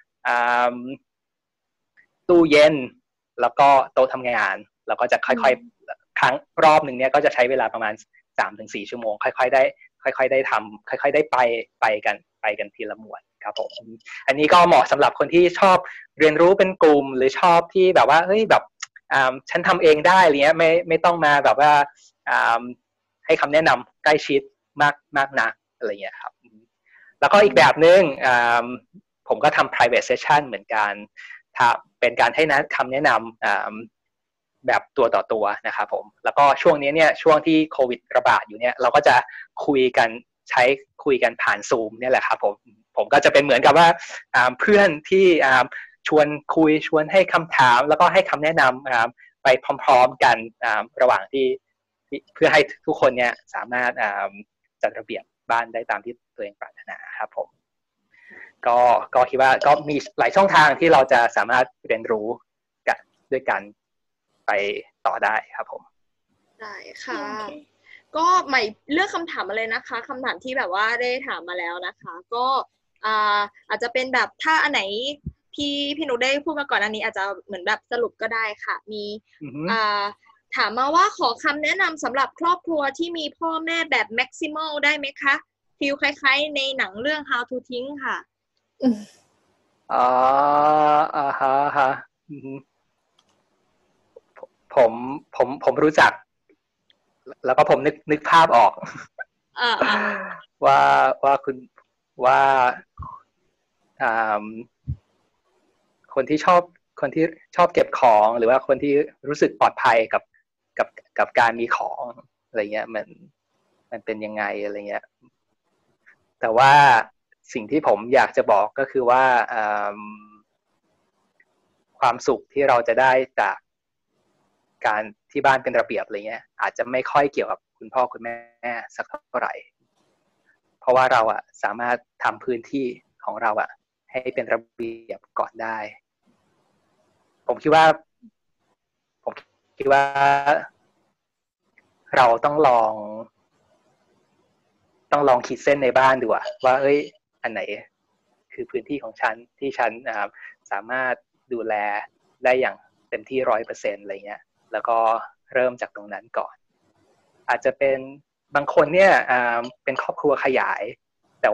ตู้เย็นแล้วก็โต๊ะทำงานเราก็จะค่อยๆครั้งรอบหนึ่งเนี่ยก็จะใช้เวลาประมาณ 3-4 ชั่วโมงค่อยๆได้ทำค่อยๆได้ไปกันทีละหมวดครับผมอันนี้ก็เหมาะสำหรับคนที่ชอบเรียนรู้เป็นกลุ่มหรือชอบที่แบบว่าแบบฉันทำเองได้อะไรเงี้ยไม่ต้องมาแบบว่าให้คำแนะนำใกล้ชิดมากนักอะไรเงี้ยครับแล้วก็อีกแบบนึงผมก็ทำ private session เหมือนกันถ้าเป็นการให้คำแนะนำแบบตัวต่อตัวนะครับผมแล้วก็ช่วงนี้เนี่ยช่วงที่โควิดระบาดอยู่เนี่ยเราก็จะคุยกันผ่านซูมเนี่ยแหละครับผมก็จะเป็นเหมือนกับว่าเพื่อนที่ชวนคุยชวนให้คำถามแล้วก็ให้คำแนะนำไปพร้อมๆกันระหว่างที่เพื่อให้ทุกคนเนี่ยสามารถจัดระเบียบบ้านได้ตามที่ตัวเองปรารถนาครับผมก็คิดว่าก็มีหลายช่องทางที่เราจะสามารถเรียนรู้กันด้วยกันไปต่อได้ครับผมได้ค่ะก็ใหม่เลือกคำถามมาเลยนะคะคำถามที่แบบว่าได้ถามมาแล้วนะคะก็อาจจะเป็นแบบถ้าอันไหนพี่นุ๊กได้พูดมาก่อนอันนี้อาจจะเหมือนแบบสรุปก็ได้ค่ะมีถามมาว่าขอคำแนะนำสำหรับครอบครัวที่มีพ่อแม่แบบ maximal ได้ไหมคะฟีลคล้ายๆในหนังเรื่อง How to ทิ้งค่ะฮะผมรู้จักแล้วก็ผมนึกภาพออกว่าคุณว่าคนที่ชอบเก็บของหรือว่าคนที่รู้สึกปลอดภัยกับการมีของอะไรเงี้ยมันเป็นยังไงอะไรเงี้ยแต่ว่าสิ่งที่ผมอยากจะบอกก็คือว่าความสุขที่เราจะได้จากการที่บ้านเป็นระเบียบอะไรเงี้ยอาจจะไม่ค่อยเกี่ยวกับคุณพ่อคุณแม่สักเท่าไหร่เพราะว่าเราสามารถทำพื้นที่ของเราให้เป็นระเบียบก่อนได้ผมคิดว่าเราต้องลองขีดเส้นในบ้านดูว่าอันไหนคือพื้นที่ของฉันที่ฉันสามารถดูแลได้อย่างเต็มที่ 100% อะไรเงี้ยแล้วก็เริ่มจากตรงนั้นก่อนอาจจะเป็นบางคนเนี่ยเป็นครอบครัวขยายแต่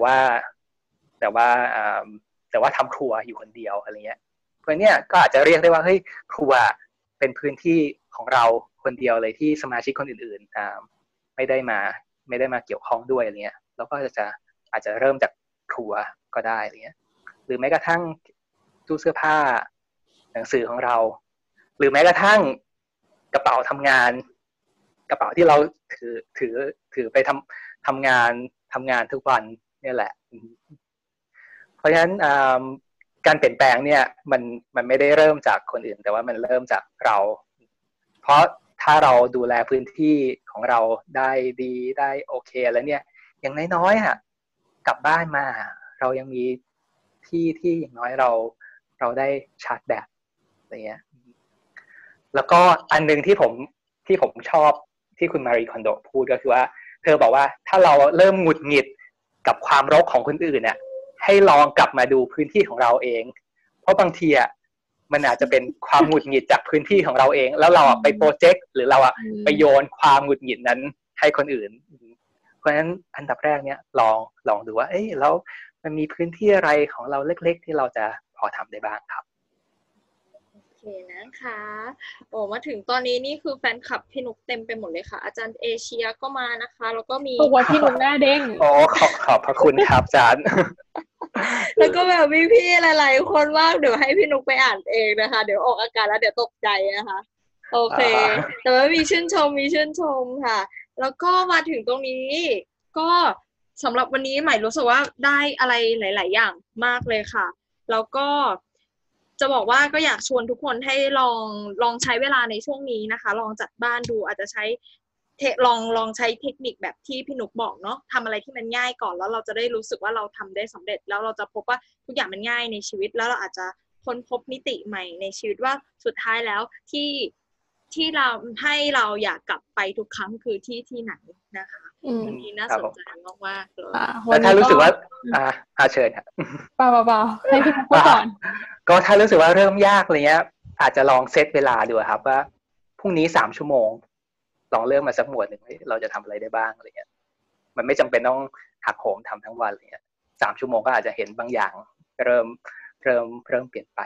ว่าทำครัวอยู่คนเดียวอะไรเงี้ยเพราะเนี่ยก็อาจจะเรียกได้ว่าเฮ้ยครัวเป็นพื้นที่ของเราคนเดียวเลยที่สมาชิกคนอื่นๆไม่ได้มาเกี่ยวข้องด้วยอะไรเงี้ยแล้วก็อาจจะเริ่มจากครัวก็ได้อะไรเงี้ยหรือแม้กระทั่งตู้เสื้อผ้าหนังสือของเราหรือแม้กระทั่งกระเป๋าทำงานกระเป๋าที่เราถือไปทำงานทุกวันนี่แหละเพราะฉะนั้นการเปลี่ยนแปลงเนี่ยมันไม่ได้เริ่มจากคนอื่นแต่ว่ามันเริ่มจากเราเพราะถ้าเราดูแลพื้นที่ของเราได้ดีได้โอเคแล้วเนี่ยอย่างน้อยๆกลับบ้านมาเรายังมีที่อย่างน้อยเราได้ชาร์จแบตอะไรเงี้ยแล้วก็อันนึงที่ผมชอบที่คุณมารีคอนโดพูดก็คือว่าเธอบอกว่าถ้าเราเริ่มหงุดหงิดกับความรกของคนอื่นเนี่ยให้ลองกลับมาดูพื้นที่ของเราเองเพราะบางทีมันอาจจะเป็นความหงุดหงิดจากพื้นที่ของเราเองแล้วเราไปโปรเจกต์หรือเราไปโยนความหงุดหงิดนั้นให้คนอื่นเพราะฉะนั้นอันดับแรกเนี่ยลองดูว่าแล้วมันมีพื้นที่อะไรของเราเล็กๆที่เราจะพอทำได้บ้างครับโอเคนะคะมาถึงตอนนี้นี่คือแฟนคลับพี่นุกเต็มไปหมดเลยค่ะอาจารย์เอเชียก็มานะคะแล้วก็มีตัวพี่นุกหน้าเด้งขอบพระคุณครับอาจารย์แล้วก็แบบพี่ๆหลายๆคนมากเดี๋ยวให้พี่นุกไปอ่านเองนะคะเดี๋ยวออกอากาศแล้วเดี๋ยวตกใจนะคะโอเคแต่ว่ามีชื่นชมค่ะแล้วก็มาถึงตรงนี้ก็สำหรับวันนี้ใหม่รู้สึกว่าได้อะไรหลายๆอย่างมากเลยค่ะแล้วก็จะบอกว่าก็อยากชวนทุกคนให้ลองใช้เวลาในช่วงนี้นะคะลองจัดบ้านดูอาจจะใช้ลองใช้เทคนิคแบบที่พี่นุกบอกเนาะทำอะไรที่มันง่ายก่อนแล้วเราจะได้รู้สึกว่าเราทำได้สำเร็จแล้วเราจะพบว่าทุกอย่างมันง่ายในชีวิตแล้วเราอาจจะค้นพบมิติใหม่ในชีวิตว่าสุดท้ายแล้วที่เราให้เราอยากกลับไปทุกครั้งคือที่ไหนนะคะวันนี้น่าสนใจมากๆเลยแล้วถ้ารู้สึกว่าเชิญครับเปล่าให้พี่พูดก่อนก็ถ้ารู้สึกว่าเริ่มยากอะไรเงี้ยอาจจะลองเซตเวลาดูครับว่าพรุ่งนี้3 ชั่วโมงลองเลือกมาสักหมวดหนึ่งเราจะทำอะไรได้บ้างอะไรเงี้ยมันไม่จำเป็นต้องหักโหมทำทั้งวันอะไรเงี้ย3 ชั่วโมงก็อาจจะเห็นบางอย่างเริ่มเปลี่ยนไป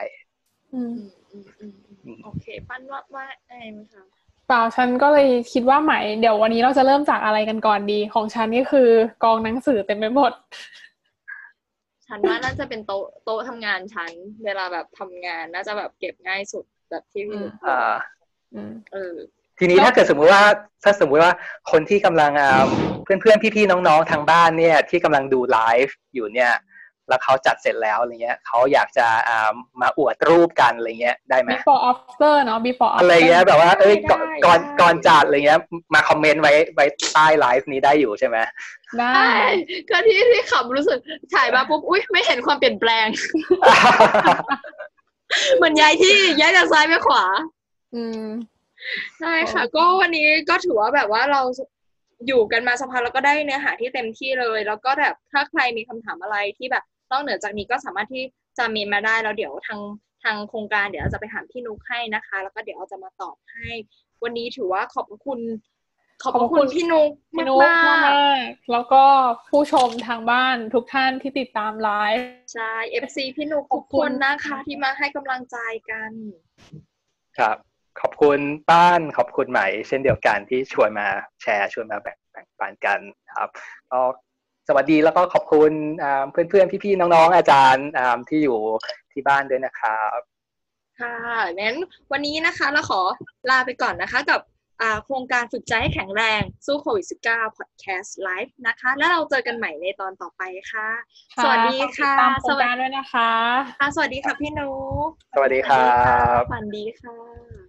โอเคปั้นว่าไงมั้ยคะเปล่าฉันก็เลยคิดว่าใหม่เดี๋ยววันนี้เราจะเริ่มจากอะไรกันก่อนดีของฉันนี่คือกองหนังสือเต็มไปหมดฉันว่าน่าจะเป็นโต๊ะทำงานฉันเวลาแบบทำงานน่าจะแบบเก็บง่ายสุดแบบที่พี่ทีนี้ถ้าเกิดสมมุติว่าคนที่กำลังเพื่อนพี่ๆน้องๆทางบ้านเนี่ยที่กำลังดูไลฟ์อยู่เนี่ยแล้วเขาจัดเสร็จแล้วอะไรเงี้ยเขาอยากจะมาอวดรูปกันอะไรเงี้ยได้ไหม before after เนาะ before after อะไรเงี้ยแบบว่าก่อนจัดอะไรเงี้ยมาคอมเมนต์ไว้ใต้ไลฟ์นี้ได้อยู่ใช่ไหมได้ก็ที่ขับรู้สึกถ่ายมาปุ๊บอุ๊ยไม่เห็นความเปลี่ยนแปลงเหมือนย้ายจากซ้ายไปขวาใช่ค่ะก็วันนี้ก็ถือว่าแบบว่าเราอยู่กันมาสักพักแล้วก็ได้เนื้อหาที่เต็มที่เลยแล้วก็แบบถ้าใครมีคำถามอะไรที่แบบนอกเหนือจากนี้ก็สามารถที่จะเมนมาได้แล้วเดี๋ยวทางโครงการเดี๋ยวจะไปถามพี่นุกให้นะคะแล้วก็เดี๋ยวจะมาตอบให้วันนี้ถือว่าขอบคุณพี่นุกมากแล้วก็ผู้ชมทางบ้านทุกท่านที่ติดตามไลฟ์ใช่ FC พี่นุกทุกคนนะคะที่มาให้กำลังใจกันครับขอบคุณป้านขอบคุณใหม่เช่นเดียวกันที่ชวนมาแชร์ชวนมาแบ่งปันกันครับก็สวัสดีแล้วก็ขอบคุณเพื่อนๆพี่ๆน้องๆอาจารย์ที่อยู่ที่บ้านด้วยนะครับค่ะงั้นวันนี้นะคะเราขอลาไปก่อนนะคะกับโครงการฝึกใจให้แข็งแรงสู้โควิด -19 Podcast Live นะคะแล้วเราเจอกันใหม่ในตอนต่อไปค่ะสวัสดีค่ะตามโครงการด้วยนะคะสวัสดีค่ะพี่นุ๊กสวัสดีครับฝันดีค่ะ